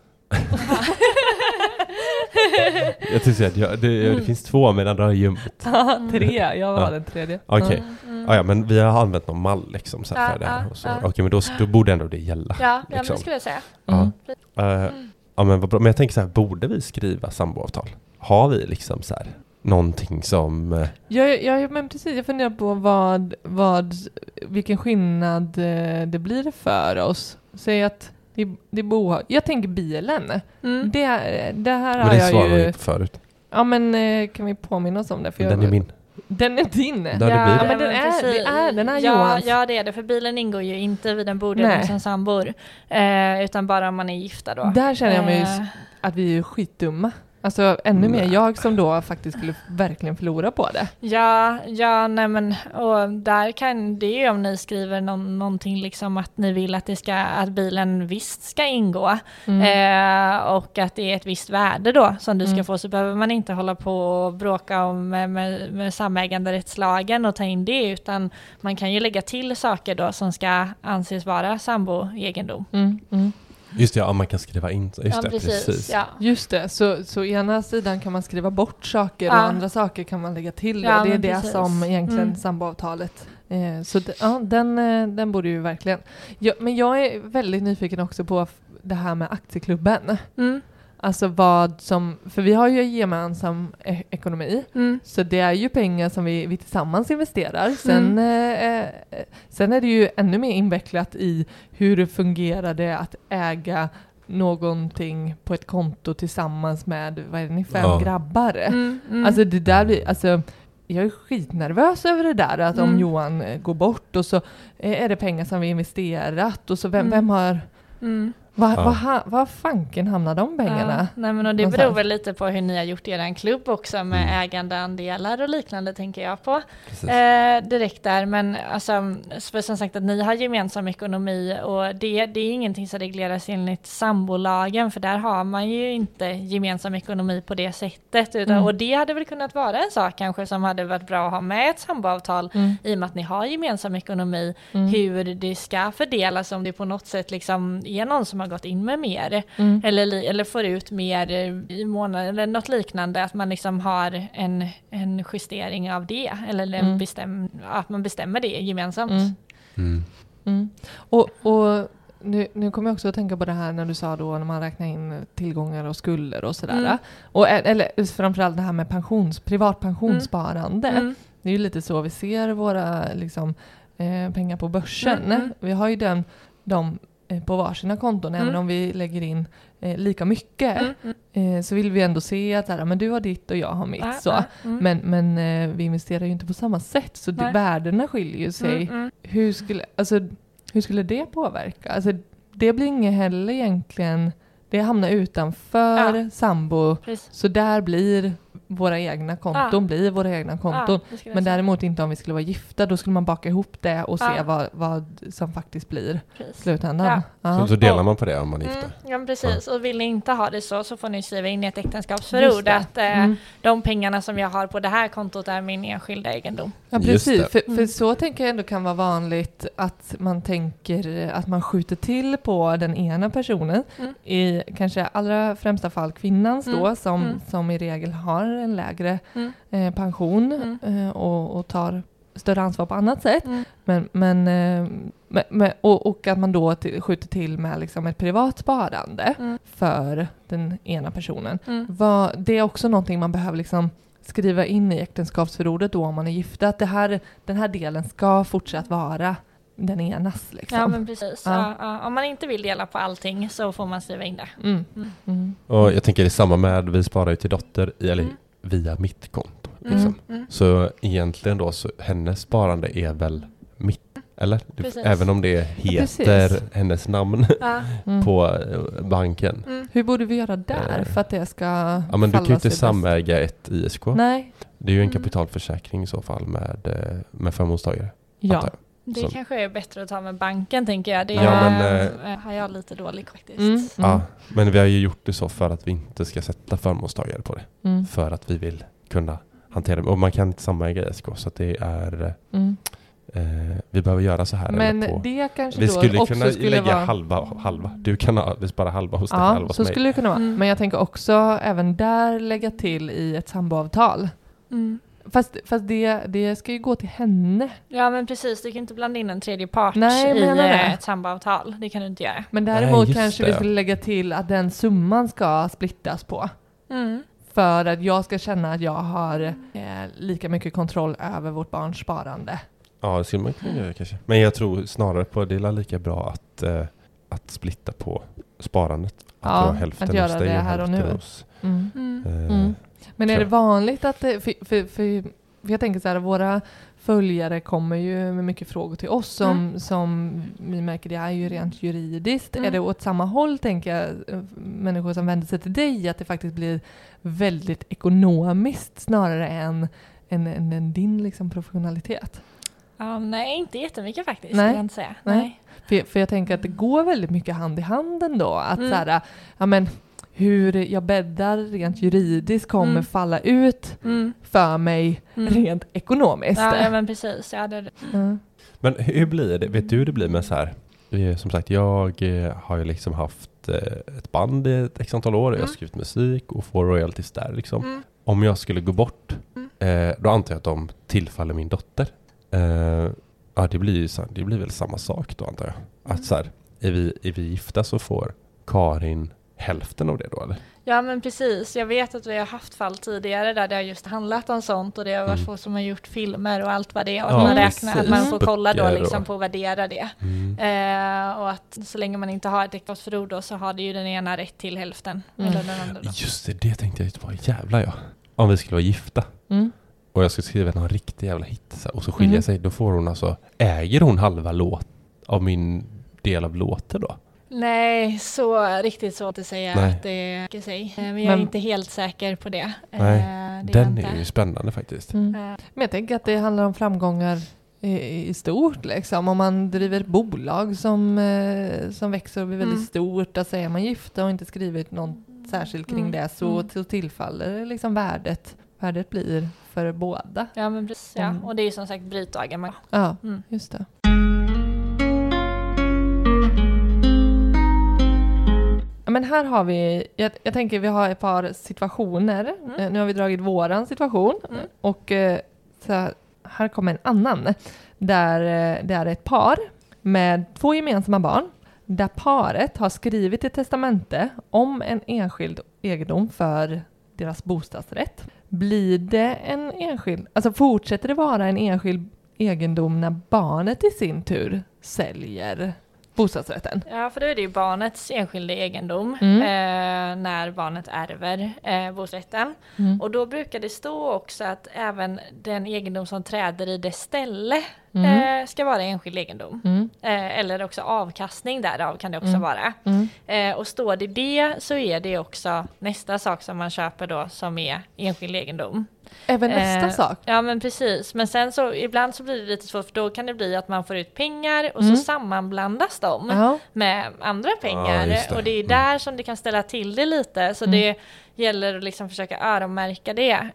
Jag tycker att det finns 2 medan du har gömt. 3, jag var den tredje. Okej. Ja, men vi har använt någon mall liksom så här för det här. Okej, men då borde ändå det gälla. Ja, liksom. Det skulle jag säga. Ja, men vad bra. Men jag tänker så här, borde vi skriva samboavtal? har vi liksom så här någonting som... Ja, men precis. Jag funderar på vilken skillnad det blir för oss. Säg att jag tänker bilen. Det här har jag ju... förut. Ja, men kan vi påminna oss om det? För den är min. Den är din. Men den är Johans. Ja, det är det. För bilen ingår ju inte vid en bodelning som sambor. Utan bara om man är gifta då. Där känner jag mig att vi är skitdumma. Alltså ännu mer jag som då faktiskt skulle verkligen förlora på det. Ja, nej men och där kan det ju om ni skriver någonting liksom att ni vill att bilen visst ska ingå och att det är ett visst värde då som du ska få, så behöver man inte hålla på och bråka om med samäganderättslagen och ta in det, utan man kan ju lägga till saker då som ska anses vara samboegendom. Just det, ja, man kan skriva in. Just det, precis. Ja. Just det, så ena sidan kan man skriva bort saker och andra saker kan man lägga till. Ja, det är det som egentligen samboavtalet. Så den borde ju verkligen. Men jag är väldigt nyfiken också på det här med aktieklubben. Alltså för vi har ju gemensam ekonomi. Så det är ju pengar som vi tillsammans investerar. Sen är det ju ännu mer invecklat i hur det fungerar det att äga någonting på ett konto tillsammans med 5 grabbar. Alltså det där blir, alltså jag är skitnervös över det där att om Johan går bort och så är det pengar som vi investerat och så vem har Vad fanken hamnar de pengarna? Nej, men och det beror väl lite på hur ni har gjort er klubb också med ägandeandelar och liknande, tänker jag på direkt där. Men alltså, för som sagt att ni har gemensam ekonomi och det är ingenting som regleras enligt sambolagen, för där har man ju inte gemensam ekonomi på det sättet. Och det hade väl kunnat vara en sak kanske som hade varit bra att ha med ett samboavtal i och med att ni har gemensam ekonomi, hur det ska fördelas, om det på något sätt liksom är någon som har gått in med mer eller får ut mer i månaden eller något liknande, att man liksom har en justering av det eller att man bestämmer det gemensamt. Och nu kommer jag också att tänka på det här när du sa då när man räknar in tillgångar och skulder och sådär. Eller framförallt det här med privat pensionssparande. Det är ju lite så vi ser våra liksom, pengar på börsen. Vi har ju de på varsina konton, även om vi lägger in lika mycket så vill vi ändå se att här, men du har ditt och jag har mitt. Men vi investerar ju inte på samma sätt, så värdena skiljer ju sig. Hur skulle det påverka? Alltså, det blir inget heller egentligen, det hamnar utanför sambo, så där blir våra egna konton men däremot inte om vi skulle vara gifta, då skulle man baka ihop det och se vad som faktiskt blir slutändan. Så delar man på det om man är gifta. Ja, precis. Och vill ni inte ha det så får ni skriva in i ett äktenskapsförord att de pengarna som jag har på det här kontot är min enskilda egendom. Ja, precis. För så tänker jag ändå kan vara vanligt att man tänker att man skjuter till på den ena personen, i kanske allra främsta fall kvinnans då, som i regel har en lägre pension och tar större ansvar på annat sätt. Och att man då skjuter till med liksom ett privat sparande för den ena personen. Det är också någonting man behöver liksom skriva in i äktenskapsförordet då om man är gifta, att den här delen ska fortsatt vara den enas. Liksom. Ja, men precis. Om man inte vill dela på allting så får man skriva in det. Och jag tänker det är samma med, vi sparar ju till dotter via mitt konto. Liksom. Så egentligen då, så hennes sparande är väl mitt, eller? Även om det heter hennes namn på banken. Hur borde vi göra där för att det ska ja, men du kan ju inte samäga ett ISK. Nej. Det är ju en kapitalförsäkring i så fall med förmånstagare. Ja. Det kanske är bättre att ta med banken, tänker jag. Det har jag lite dåligt faktiskt. Ja, men vi har ju gjort det så för att vi inte ska sätta förmånstagare på det. För att vi vill kunna hantera det. Och man kan inte samäga ISK, så att det är... vi behöver göra så här. Men det kanske vi då skulle också kunna lägga halva. Du kan spara halva hos dig, halva hos så mig. Skulle det kunna vara. Men jag tänker också även där lägga till i ett samboavtal. Fast det ska ju gå till henne. Ja, men precis. Du kan inte blanda in en tredje part i ett samboavtal. Det kan du inte göra. Men däremot kanske vi skulle lägga till att den summan ska splittas på. för att jag ska känna att jag har lika mycket kontroll över vårt barns sparande. Ja, det skulle man kunna göra kanske. Men jag tror snarare på det är lika bra att splitta på sparandet. Att hälften att göra det här och nu. Men är det vanligt att för jag tänker så här, våra följare kommer ju med mycket frågor till oss som vi märker det är ju rent juridiskt. Är det åt samma håll, tänker jag, människor som vänder sig till dig, att det faktiskt blir väldigt ekonomiskt snarare än din liksom professionalitet? Nej, inte jättemycket faktiskt, kan jag inte säga. Nej. För jag tänker att det går väldigt mycket hand i hand ändå. Att så här, hur jag bäddar rent juridiskt kommer falla ut för mig rent ekonomiskt. Ja, men precis. Men hur blir det? Vet du hur det blir med så här? Som sagt, jag har ju liksom haft ett band i ett x antal år. Jag har skrivit musik och får royalties där liksom. Om jag skulle gå bort, då antar jag att de tillfaller min dotter. Det blir väl samma sak då, antar jag. Att så här, är vi gifta så får Karin hälften av det då, eller? Ja, men precis. Jag vet att vi har haft fall tidigare där det har just handlat om sånt, och det har varit folk som har gjort filmer och allt vad det är, och att man får kolla då liksom på att värdera det. Och att så länge man inte har ett äktenskapsförord då, så har det ju den ena rätt till hälften eller den andra då. Just det tänkte jag, vad jävla ja. Om vi skulle vara gifta och jag skulle skriva någon riktig jävla hit och så skilja sig, då får hon alltså, äger hon halva låt av min del av låten då? Nej, så riktigt så att säga att det ska säga. Men jag är inte helt säker på det. Nej, den är ju spännande faktiskt. Men jag tänker att det handlar om framgångar i stort liksom. Om man driver ett bolag som växer och blir väldigt stort, att säga man gifta och inte skrivit något särskilt kring det, så tillfaller liksom värdet blir för båda. Ja, men precis. Ja. Och det är ju som sagt brytdagar. Ja, just det. Men här har vi, jag tänker vi har ett par situationer. Nu har vi dragit våran situation. Och så här kommer en annan. Där det är ett par med 2 gemensamma barn. Där paret har skrivit ett testamente om en enskild egendom för deras bostadsrätt. Blir det en enskild, alltså fortsätter det vara en enskild egendom när barnet i sin tur säljer bostadsrätten? Ja, för då är det ju barnets enskilda egendom när barnet ärver bostadsrätten. Och då brukar det stå också att även den egendom som träder i det ställe ska vara enskild egendom. Eller också avkastning därav kan det också vara. Och står det så är det också nästa sak som man köper då som är enskild egendom. Även nästa sak? Ja, men precis. Men sen så ibland så blir det lite svårt, för då kan det bli att man får ut pengar och så sammanblandas de med andra pengar. Och det är där som det kan ställa till det lite. Så det gäller att liksom försöka öronmärka det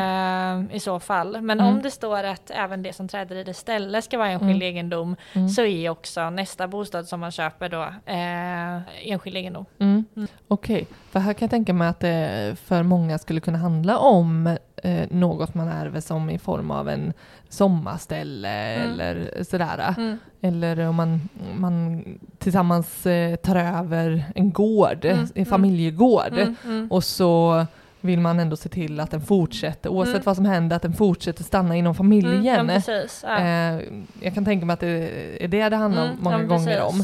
i så fall. Men om det står att även det som träder i det ställe ska vara enskild egendom, så är också nästa bostad som man köper då enskild egendom. Okej, för här kan jag tänka mig att det för många skulle kunna handla om något man ärver som i form av en sommarställe eller sådär. Eller om man tillsammans tar över en gård, en familjegård. Och så vill man ändå se till att den fortsätter, oavsett vad som händer, att den fortsätter stanna inom familjen. Precis, jag kan tänka mig att det är det handlar om många gånger om.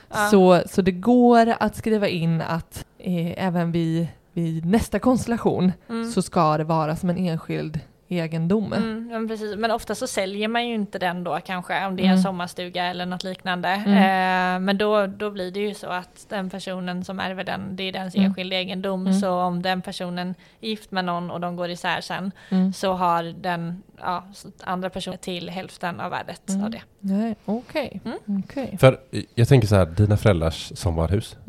Så det går att skriva in att även vid nästa konstellation så ska det vara som en enskild egendom. Ja, precis. Men ofta så säljer man ju inte den då kanske, om det är en sommarstuga eller något liknande. Men då blir det ju så att den personen som ärver den, det är dens enskild egendom. Så om den personen är gift med någon och de går isär sen, så har den andra personen till hälften av värdet av det. Nej, okej. För jag tänker så här, dina föräldrars sommarhus,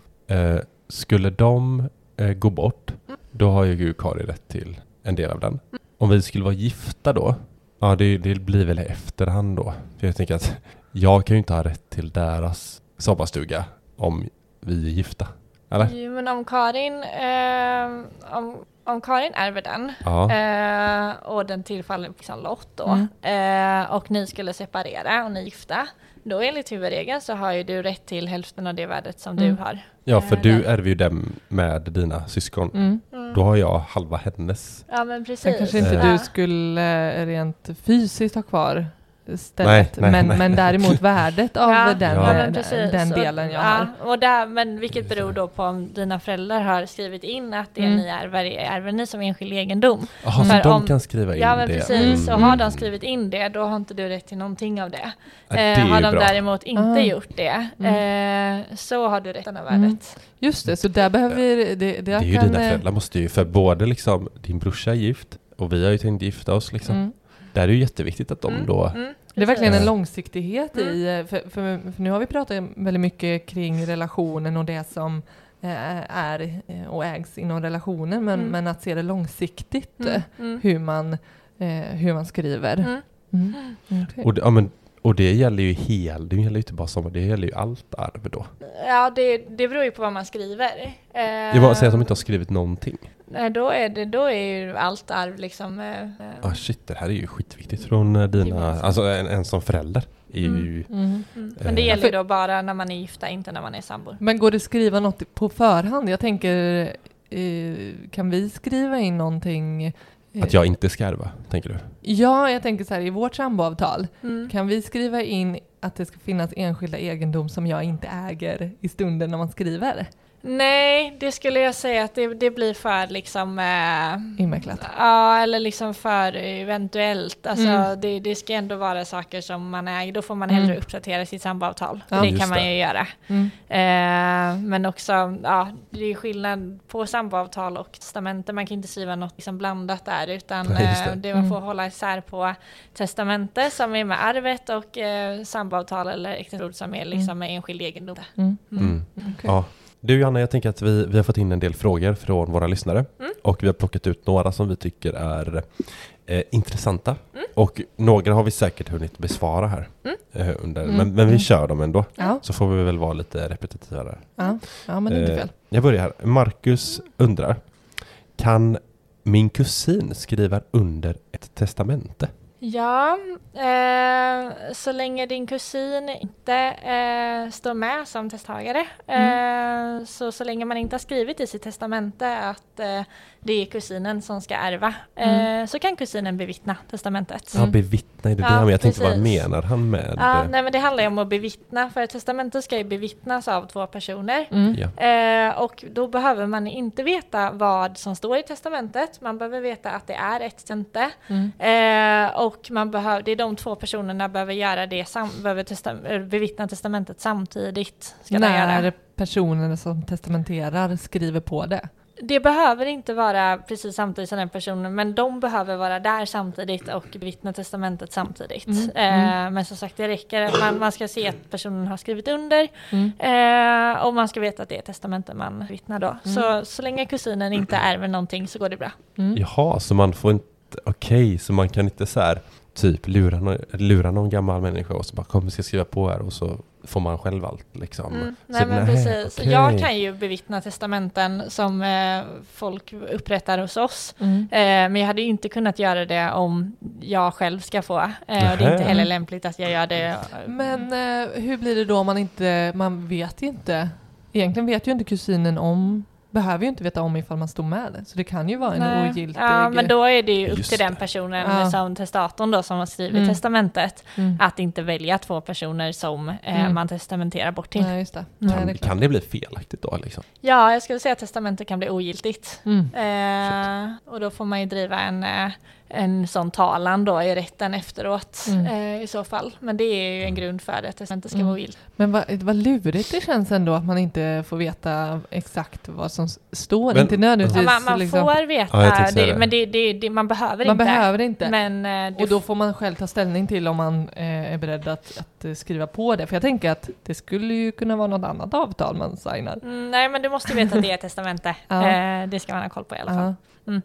skulle de gå bort, då har ju Kari rätt till en del av den. Om vi skulle vara gifta då, det blir väl i efterhand då. För jag tänker att jag kan ju inte ha rätt till deras sommarstuga om vi är gifta. Eller? Jo, men om Karin ärver den och den tillfaller liksom lott då, och ni skulle separera och ni är gifta, då enligt huvudregeln så har ju du rätt till hälften av det värdet som du har. Ja, för du ärver ju dem med dina syskon. då har jag halva hennes. Ja, men precis. Sen kanske inte du skulle rent fysiskt ha kvar stället, men däremot värdet av den delen jag har. Och där, men vilket beror då på om dina föräldrar har skrivit in att det ni ärver ni som enskild egendom. Jaha, så de kan skriva in det. Ja, men precis. Och har de skrivit in det, då har inte du rätt till någonting av det. Har de däremot inte gjort det, så har du rätten av värdet. Just det, så där behöver det är ju dina föräldrar måste ju, för både liksom din brorsa är gift och vi har ju tänkt gifta oss liksom. Där är det ju jätteviktigt att de då... Det är verkligen en långsiktighet i... För nu har vi pratat väldigt mycket kring relationen och det som är och ägs inom relationen. Men att se det långsiktigt, hur man skriver. Okay. Och det gäller ju det gäller ju inte bara som, det gäller ju allt arv då. Ja, det beror ju på vad man skriver. Jag bara säger att de inte har skrivit någonting. Då är ju allt arv liksom... shit, det här är ju skitviktigt från dina... Alltså en som förälder är ju... Men det gäller då bara när man är gifta, inte när man är sambor. Men går det att skriva något på förhand? Jag tänker, kan vi skriva in någonting... Att jag inte ska ärva, tänker du? Ja, jag tänker så här, i vårt samboavtal kan vi skriva in att det ska finnas enskilda egendom som jag inte äger i stunden när man skriver? Nej, det skulle jag säga att det blir för liksom... invecklat. Ja, eller liksom för eventuellt. Alltså det ska ändå vara saker som man äger. Då får man hellre uppdatera sitt samboavtal. Ja, det kan man ju göra. Men också, det är skillnad på samboavtal och testamente. Man kan inte skriva något liksom blandat där. Utan det man får hålla isär på testamente som är med arvet och samboavtal eller äktenskap som är liksom med enskild egendom. Okay. Ja. Du Johanna, jag tänker att vi har fått in en del frågor från våra lyssnare. Och vi har plockat ut några som vi tycker är intressanta. Och några har vi säkert hunnit besvara här. Men vi kör dem ändå. Så får vi väl vara lite repetitiva där. Ja, men det är inte fel. Jag börjar här. Marcus undrar: kan min kusin skriva under ett testamente? Ja, så länge din kusin inte står med som testtagare, så länge man inte har skrivit i sitt testamente att det är kusinen som ska ärva, så kan kusinen bevittna testamentet. Ja, bevittna, är det det? Men jag tänkte, vad menar han med det? Nej, men det handlar ju om att bevittna, för ett testamente ska ju bevittnas av 2 personer. Och då behöver man inte veta vad som står i testamentet. Man behöver veta att det är ett testamente. Och det är de 2 personerna behöver göra det, bevittna testamentet samtidigt. När personerna som testamenterar skriver på det. Det behöver inte vara precis samtidigt som den personen, men de behöver vara där samtidigt och bevittna testamentet samtidigt. Men som sagt, det räcker att man ska se att personen har skrivit under och man ska veta att det är testamentet man vittnar då. Så länge kusinen inte ärver någonting så går det bra. Jaha, så man får inte, så man kan inte så här typ lura någon gammal människa och så bara kom, vi ska skriva på här och så får man själv allt liksom. Precis. Okay. Jag kan ju bevittna testamenten som folk upprättar hos oss. Men jag hade ju inte kunnat göra det om jag själv ska få. Och det är inte heller lämpligt att jag gör det. Men hur blir det då om man vet ju inte. Egentligen vet ju inte kusinen om. Behöver ju inte veta om ifall man står med. Så det kan ju vara en ogiltig... Ja, men då är det ju upp till den personen som testatorn då, som har skrivit testamentet att inte välja 2 personer som man testamenterar bort till. Ja, just det. Kan det bli felaktigt då liksom? Ja, jag skulle säga att testamentet kan bli ogiltigt. Och då får man ju driva en sån talan då i rätten efteråt i så fall. Men det är ju en grund för det, att testamentet ska vara ogiltigt. Men vad lurigt det känns ändå att man inte får veta exakt vad som står. Inte nödvändigtvis. Man liksom. Får veta, men man behöver inte. Man behöver inte. Men, och då får man själv ta ställning till om man är beredd att skriva på det. För jag tänker att det skulle ju kunna vara något annat avtal man signar. Nej, men du måste veta att det är ett testamente. Det ska man ha koll på i alla fall.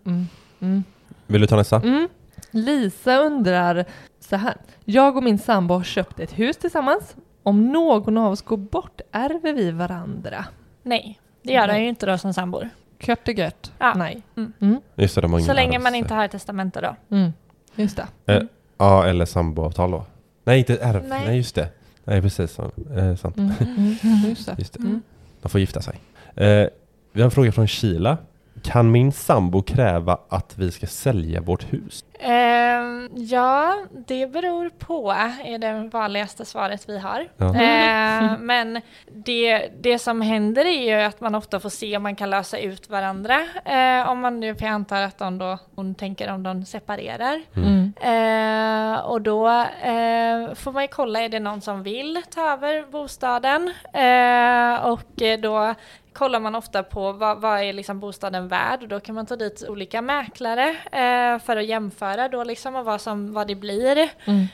Vill du ta nästa? Lisa undrar så här: jag och min sambo har köpt ett hus tillsammans. Om någon av oss går bort, ärver vi varandra? Nej, det gör det ju inte då som sambor. Kört och gött? Nej. Just det, så länge man inte har ett testamente då. Just det. Ja, eller samboavtal då. Nej, inte ärv. Nej, just det. Nej, precis. Sant. Just det. De får gifta sig. Vi har en fråga från Kila. kan min sambo kräva att vi ska sälja vårt hus? Ja, det beror på är det vanligaste svaret vi har. Ja. Men det som händer är ju att man ofta får se om man kan lösa ut varandra. Om man nu antar att hon tänker om de separerar. Och då får man ju kolla, är det någon som vill ta över bostaden? Och då kollar man ofta på vad är liksom bostaden värd, och då kan man ta dit olika mäklare för att jämföra då liksom och vad det blir.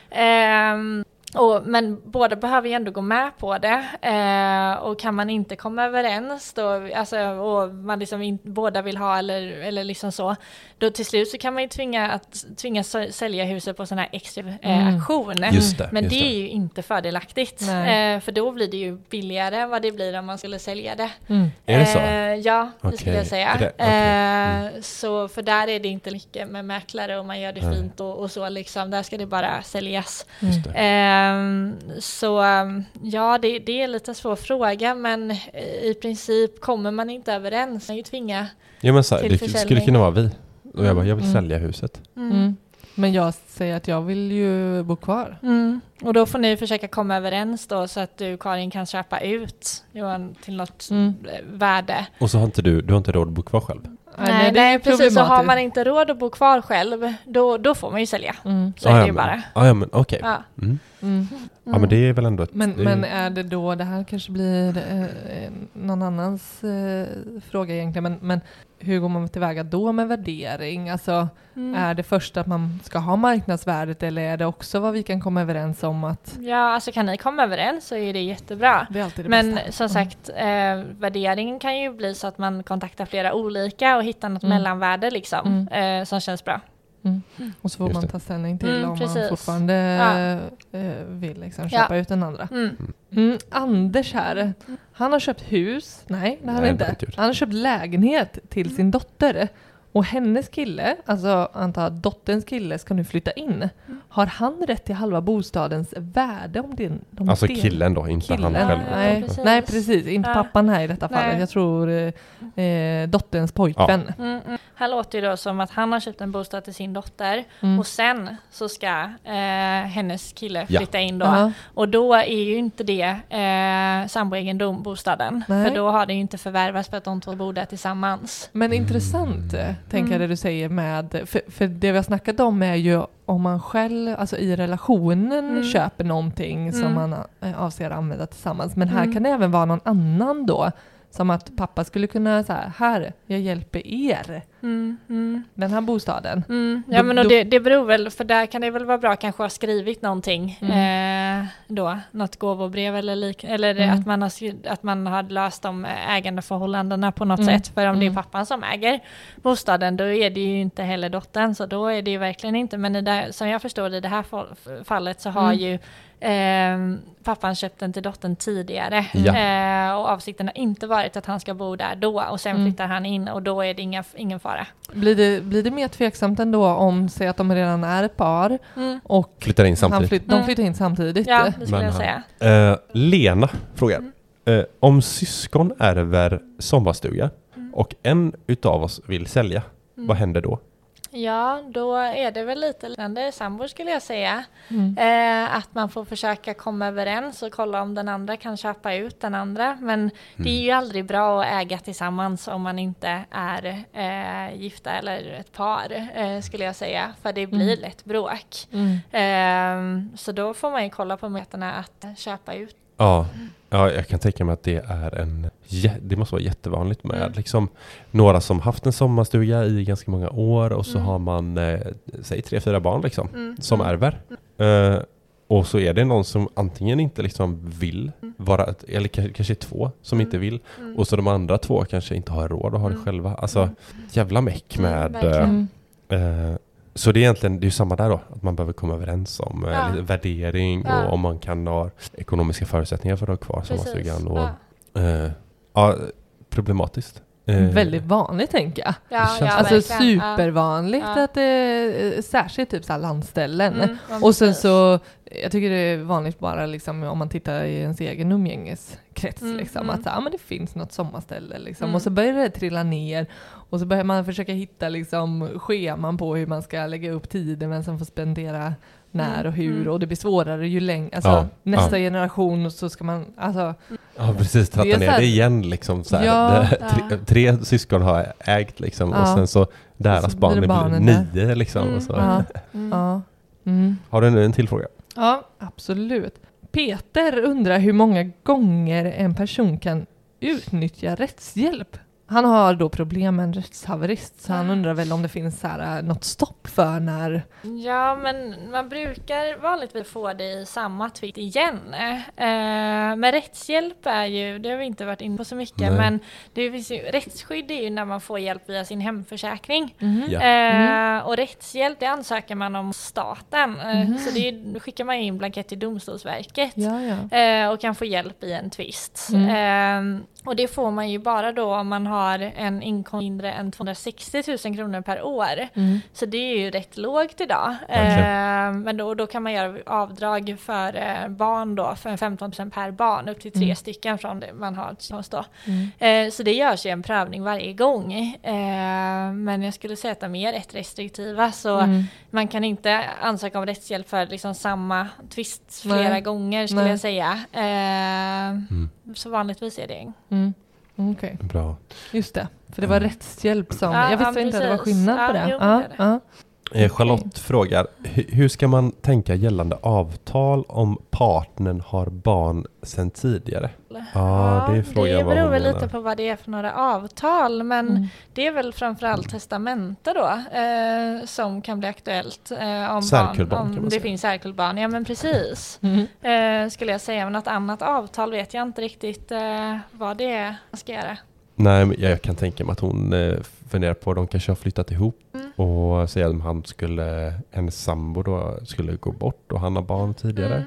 Men båda behöver ju ändå gå med på det, och kan man inte komma överens då, alltså, och man liksom båda vill ha eller liksom så, då till slut så kan man ju tvingas sälja huset på sån här extra auktion. Men det är ju inte fördelaktigt, för då blir det ju billigare än vad det blir om man skulle sälja det. Är det så? Ja, det skulle jag säga. Så för där är det inte mycket med mäklare och man gör det fint och så liksom, där ska det bara säljas. Så ja, det är lite svår fråga, men i princip kommer man inte överens, man är ju tvinga till det skulle kunna vara vi. Och jag vill sälja huset. Men jag säger att jag vill ju bo kvar. Och då får ni försöka komma överens då, så att du, Karin, kan köpa ut Johan till något värde. Och så har du har inte råd att bo kvar själv. Nej, precis. Så har man inte råd att bo kvar själv, då får man ju sälja. Så är det ju bara. Ja, men okej. Ja, men det är väl ändå Men är det då, det här kanske blir någon annans fråga egentligen, men hur går man tillväga då med värdering? Alltså, är det först att man ska ha marknadsvärdet, eller är det också vad vi kan komma överens om att... Ja, alltså kan ni komma överens så är det jättebra. Det är alltid det men bästa. Som sagt, värderingen kan ju bli så att man kontaktar flera olika och hittar något mellanvärde liksom, som känns bra. Och så får man ta ställning till om man fortfarande vill liksom köpa ut den andra. Anders här, han har köpt hus. Nej, det har han inte. Han har köpt lägenhet till sin dotter. Och hennes kille, alltså antar dotterns kille, ska nu flytta in. Har han rätt till halva bostadens värde om det? Alltså killen då, inte killen. Han själv. Nej, precis. Inte pappan här i detta fallet. Jag tror dotterns pojkvän. Här låter ju då som att han har köpt en bostad till sin dotter. Och sen så ska hennes kille flytta in då. Och då är ju inte det samboegendom, bostaden. För då har det ju inte förvärvats för att de två bor där tillsammans. Men intressant, tänker jag det du säger med... För det vi har snackat om är ju om man själv, alltså i relationen, köper någonting som man avser att använda tillsammans. Men här kan det även vara någon annan då. Som att pappa skulle kunna säga, här, jag hjälper er. Den här bostaden. Ja, men det beror väl, för där kan det väl vara bra kanske ha skrivit någonting. Då, något gåvobrev eller att man har löst de ägandeförhållandena på något sätt. För om det är pappan som äger bostaden, då är det ju inte heller dottern. Så då är det ju verkligen inte. Men som jag förstår i det här fallet så har ju pappan köpt den till dottern tidigare. Och avsikten har inte varit att han ska bo där då. Och sen flyttar han in och då är det ingen fara. Blir det mer tveksamt ändå om, säg att de redan är ett par och flyttar in samtidigt. De flyttar in samtidigt. Ja, det skulle jag säga. Lena frågar. Om syskon ärver sommarstuga och en utav oss vill sälja, vad händer då? Ja, då är det väl lite liknande sambor skulle jag säga. Att man får försöka komma överens och kolla om den andra kan köpa ut den andra. Men det är ju aldrig bra att äga tillsammans om man inte är gifta eller ett par skulle jag säga. För det blir lätt bråk. Så då får man ju kolla på möjligheterna att köpa ut. Ja, jag kan tänka mig att det är det måste vara jättevanligt med liksom några som haft en sommarstuga i ganska många år och så har man säg 3-4 barn liksom som ärver. Och så är det någon som antingen inte liksom vill vara, eller kanske 2 som inte vill, och så de andra 2 kanske inte har råd att ha det själva. Alltså jävla meck med så det är egentligen det är ju samma där då, att man behöver komma överens om värdering och om man kan ha ekonomiska förutsättningar för att ha kvar sommarstugan. Och, problematiskt. väldigt vanligt, tänker jag. Alltså supervanligt att det är särskilt typ så här landställen. Och sen så, jag tycker det är vanligt bara liksom, om man tittar i ens egen umgängeskrets liksom, att så, men det finns något sommarställe liksom. Och så börjar det trilla ner och så börjar man försöka hitta liksom scheman på hur man ska lägga upp tiden, men som får spendera när och hur, och det blir svårare ju längre, alltså nästa generation, så ska man, alltså ja, precis, tratta ner det igen liksom så här. Tre syskon har ägt liksom, och sen så deras barn blir 9 liksom och så. Har du nu en till fråga? Ja, absolut. Peter undrar hur många gånger en person kan utnyttja rättshjälp. Han har då problem med en rättshaverist, så han undrar väl om det finns så här, något stopp för när... Ja, men man brukar vanligtvis få det i samma tweet igen. Men rättshjälp är ju, det har vi inte varit inne på så mycket, men det finns ju, rättsskydd är ju när man får hjälp via sin hemförsäkring. Och rättshjälp, det ansöker man om staten. Så det skickar man in blankett till Domstolsverket och kan få hjälp i en tvist. Och det får man ju bara då om man har en inkomst mindre än 260 000 kronor per år. Så det är ju rätt lågt idag. Men då kan man göra avdrag för barn då, för 15% per barn, upp till 3 stycken från det man har då. Så det görs ju en prövning varje gång. Men jag skulle säga att de är rätt restriktiva, så man kan inte ansöka om rättshjälp för liksom samma tvist flera gånger, skulle jag säga. Så vanligtvis är det. Okej. Bra. Just det, för det var rättshjälp som... jag visste inte att det var skillnad på det. Charlotte frågar, hur ska man tänka gällande avtal om partnern har barn sedan tidigare? Ja, det är frågan. Det beror väl lite på vad det är för några avtal, men det är väl framförallt testamente då som kan bli aktuellt om särkullbarn, om det finns särkullbarn. Ja, men precis. Skulle jag säga, men något annat avtal vet jag inte riktigt vad det är man ska göra. Nej, men jag kan tänka mig att hon funderar på att de kanske har flyttat ihop och säga att hennes sambo då skulle gå bort och han har barn tidigare.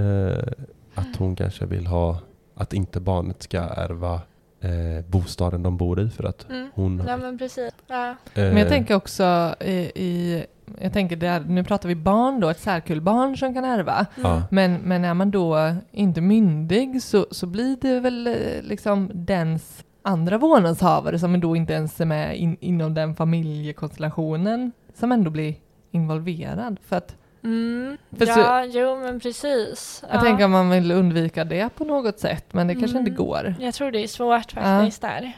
Att hon kanske vill ha att inte barnet ska ärva bostaden de bor i, för att hon... Ja, men precis. Ja. Men jag tänker också jag tänker där, nu pratar vi barn då, ett särkullbarn som kan ärva. Men är man då inte myndig så blir det väl liksom dens andra vårdnadshavare som då inte ens är med inom den familjekonstellationen som ändå blir involverad. För att men precis. Jag tänker att man vill undvika det på något sätt, men det kanske inte går. Jag tror det är svårt faktiskt där.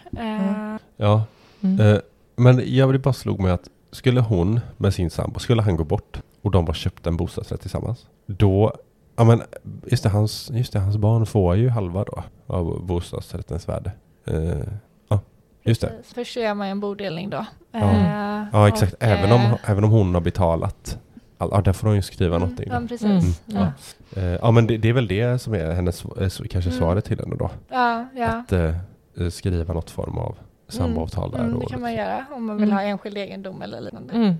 Men jag vill bara slå med att skulle hon med sin sambo, skulle han gå bort och de har köpt en bostadsrätt tillsammans, då, ja men just det, hans barn får ju halva då av bostadsrättens värde. Just det. Först gör man en bodelning då. Ja, exakt. Även om hon har betalat. Där får hon ju skriva någonting. Ja, precis. Men det är väl det som är hennes kanske svaret till henne då. Att skriva något form av samboavtal där. Det kan man göra om man vill ha enskild egendom eller liknande.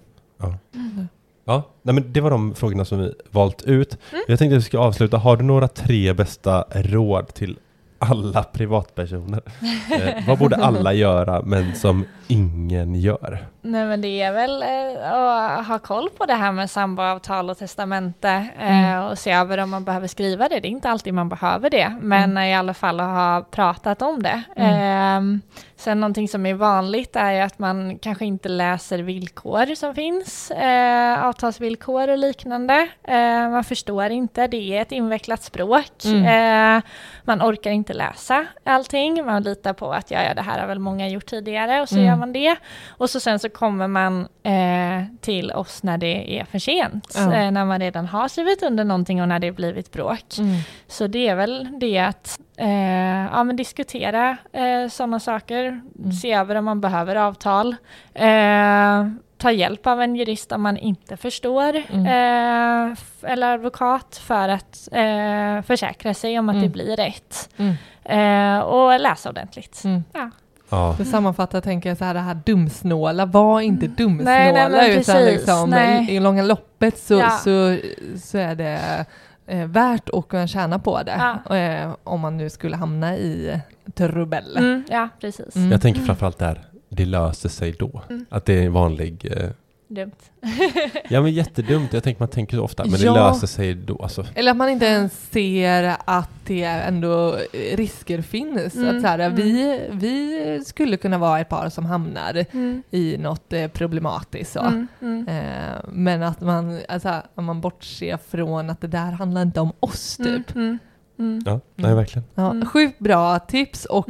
Nej, men det var de frågorna som vi valt ut. Jag tänkte att vi ska avsluta. Har du några 3 bästa råd till alla privatpersoner? Vad borde alla göra men som ingen gör? Nej, men det är väl att ha koll på det här med samboavtal och testamente och se över om man behöver skriva det. Det är inte alltid man behöver det, men i alla fall ha pratat om det. Sen någonting som är vanligt är att man kanske inte läser villkor som finns, avtalsvillkor och liknande. Man förstår inte, det är ett invecklat språk. Man orkar inte läsa allting. Man litar på att det här har väl många gjort tidigare, och så gör man det. Och sen så kommer man till oss när det är för sent. När man redan har skrivit under någonting och när det har blivit bråk. Så det är väl det att diskutera sådana saker. Se över om man behöver avtal. Ta hjälp av en jurist om man inte förstår. Eller advokat för att försäkra sig om att det blir rätt. Och läsa ordentligt. För sammanfatta tänker jag så här, det här dumsnåla, var inte dumsnåla, nej, utan liksom, i långa loppet så är det värt att kunna tjäna på det om man nu skulle hamna i trubbel. Ja, precis. Jag tänker framförallt där, det löser sig då. Att det är en vanlig... Dumt. Ja, men jättedumt. Man tänker så ofta, men det löser sig då. Alltså. Eller att man inte ens ser att det ändå risker finns. Att så här, vi skulle kunna vara ett par som hamnar i något problematiskt. Så. Men att man bortser från att det där handlar inte om oss typ. Ja, nej, verkligen. Ja, sjukt bra tips och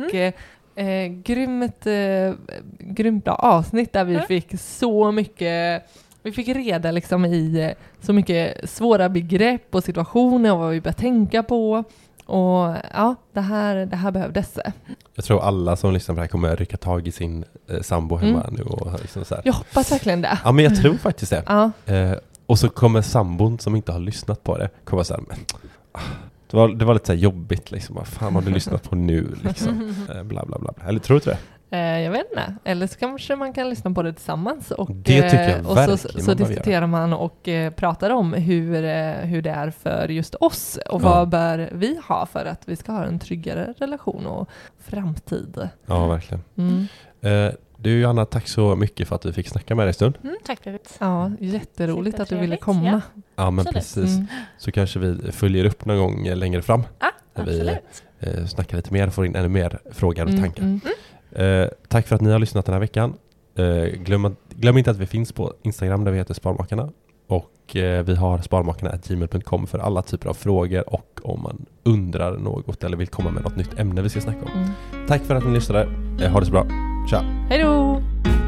grymt bra avsnitt där vi fick så mycket, vi fick reda liksom i så mycket svåra begrepp och situationer och vad vi bör tänka på. Och ja, det här behövdes. Jag tror alla som lyssnar på det här kommer rycka tag i sin sambo hemma nu. Och liksom så här. Jag hoppas verkligen det. Ja, men jag tror faktiskt det. Ja. Och så kommer sambon som inte har lyssnat på det komma så här, det var lite så här jobbigt liksom. Vad fan har du lyssnat på nu liksom? Bla bla bla. Eller tror du det? Jag vet inte. Eller så kanske man kan lyssna på det tillsammans. Och, det tycker jag verkligen. Och så diskuterar man och pratar om hur det är för just oss. Och vad bör vi ha för att vi ska ha en tryggare relation och framtid. Ja, verkligen. Du Johanna, tack så mycket för att du fick snacka med dig en stund. Tack för det. Ja, jätteroligt att du ville komma. Ja, men precis. Så kanske vi följer upp någon gång längre fram. Ja, absolut. Vi snackar lite mer och får in ännu mer frågor och tankar. Tack för att ni har lyssnat den här veckan. Glöm inte att vi finns på Instagram där vi heter Sparmakarna. Och vi har sparmakarna@gmail.com för alla typer av frågor och om man undrar något eller vill komma med något nytt ämne vi ska snacka om. Tack för att ni lyssnade. Ha det så bra. Tja. Hej då!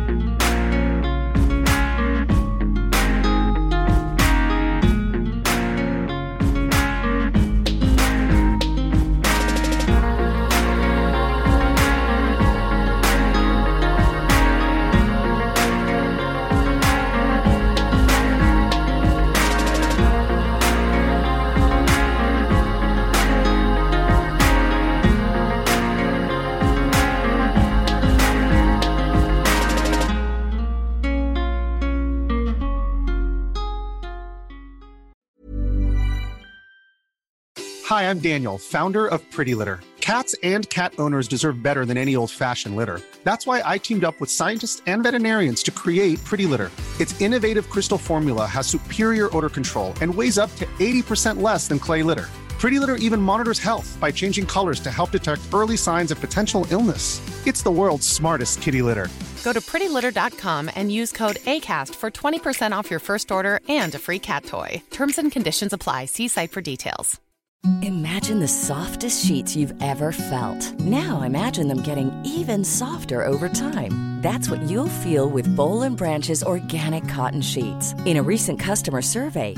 Hi, I'm Daniel, founder of Pretty Litter. Cats and cat owners deserve better than any old-fashioned litter. That's why I teamed up with scientists and veterinarians to create Pretty Litter. Its innovative crystal formula has superior odor control and weighs up to 80% less than clay litter. Pretty Litter even monitors health by changing colors to help detect early signs of potential illness. It's the world's smartest kitty litter. Go to prettylitter.com and use code ACAST for 20% off your first order and a free cat toy. Terms and conditions apply. See site for details. Imagine the softest sheets you've ever felt. Now imagine them getting even softer over time. That's what you'll feel with Boll & Branch's organic cotton sheets. In a recent customer survey,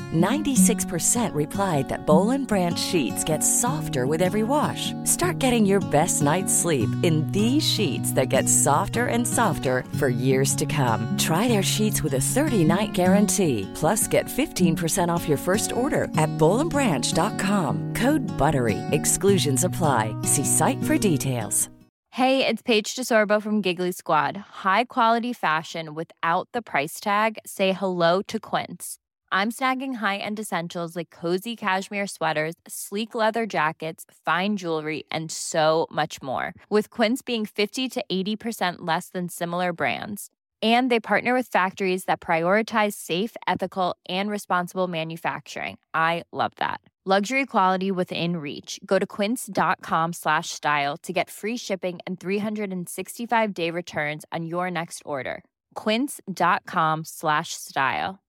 96% replied that Boll & Branch sheets get softer with every wash. Start getting your best night's sleep in these sheets that get softer and softer for years to come. Try their sheets with a 30-night guarantee. Plus, get 15% off your first order at bollandbranch.com. Code BUTTERY. Exclusions apply. See site for details. Hey, it's Paige DeSorbo from Giggly Squad. High quality fashion without the price tag. Say hello to Quince. I'm snagging high-end essentials like cozy cashmere sweaters, sleek leather jackets, fine jewelry, and so much more. With Quince being 50 to 80% less than similar brands. And they partner with factories that prioritize safe, ethical, and responsible manufacturing. I love that. Luxury quality within reach. Go to quince.com/style to get free shipping and 365-day returns on your next order. Quince.com/style.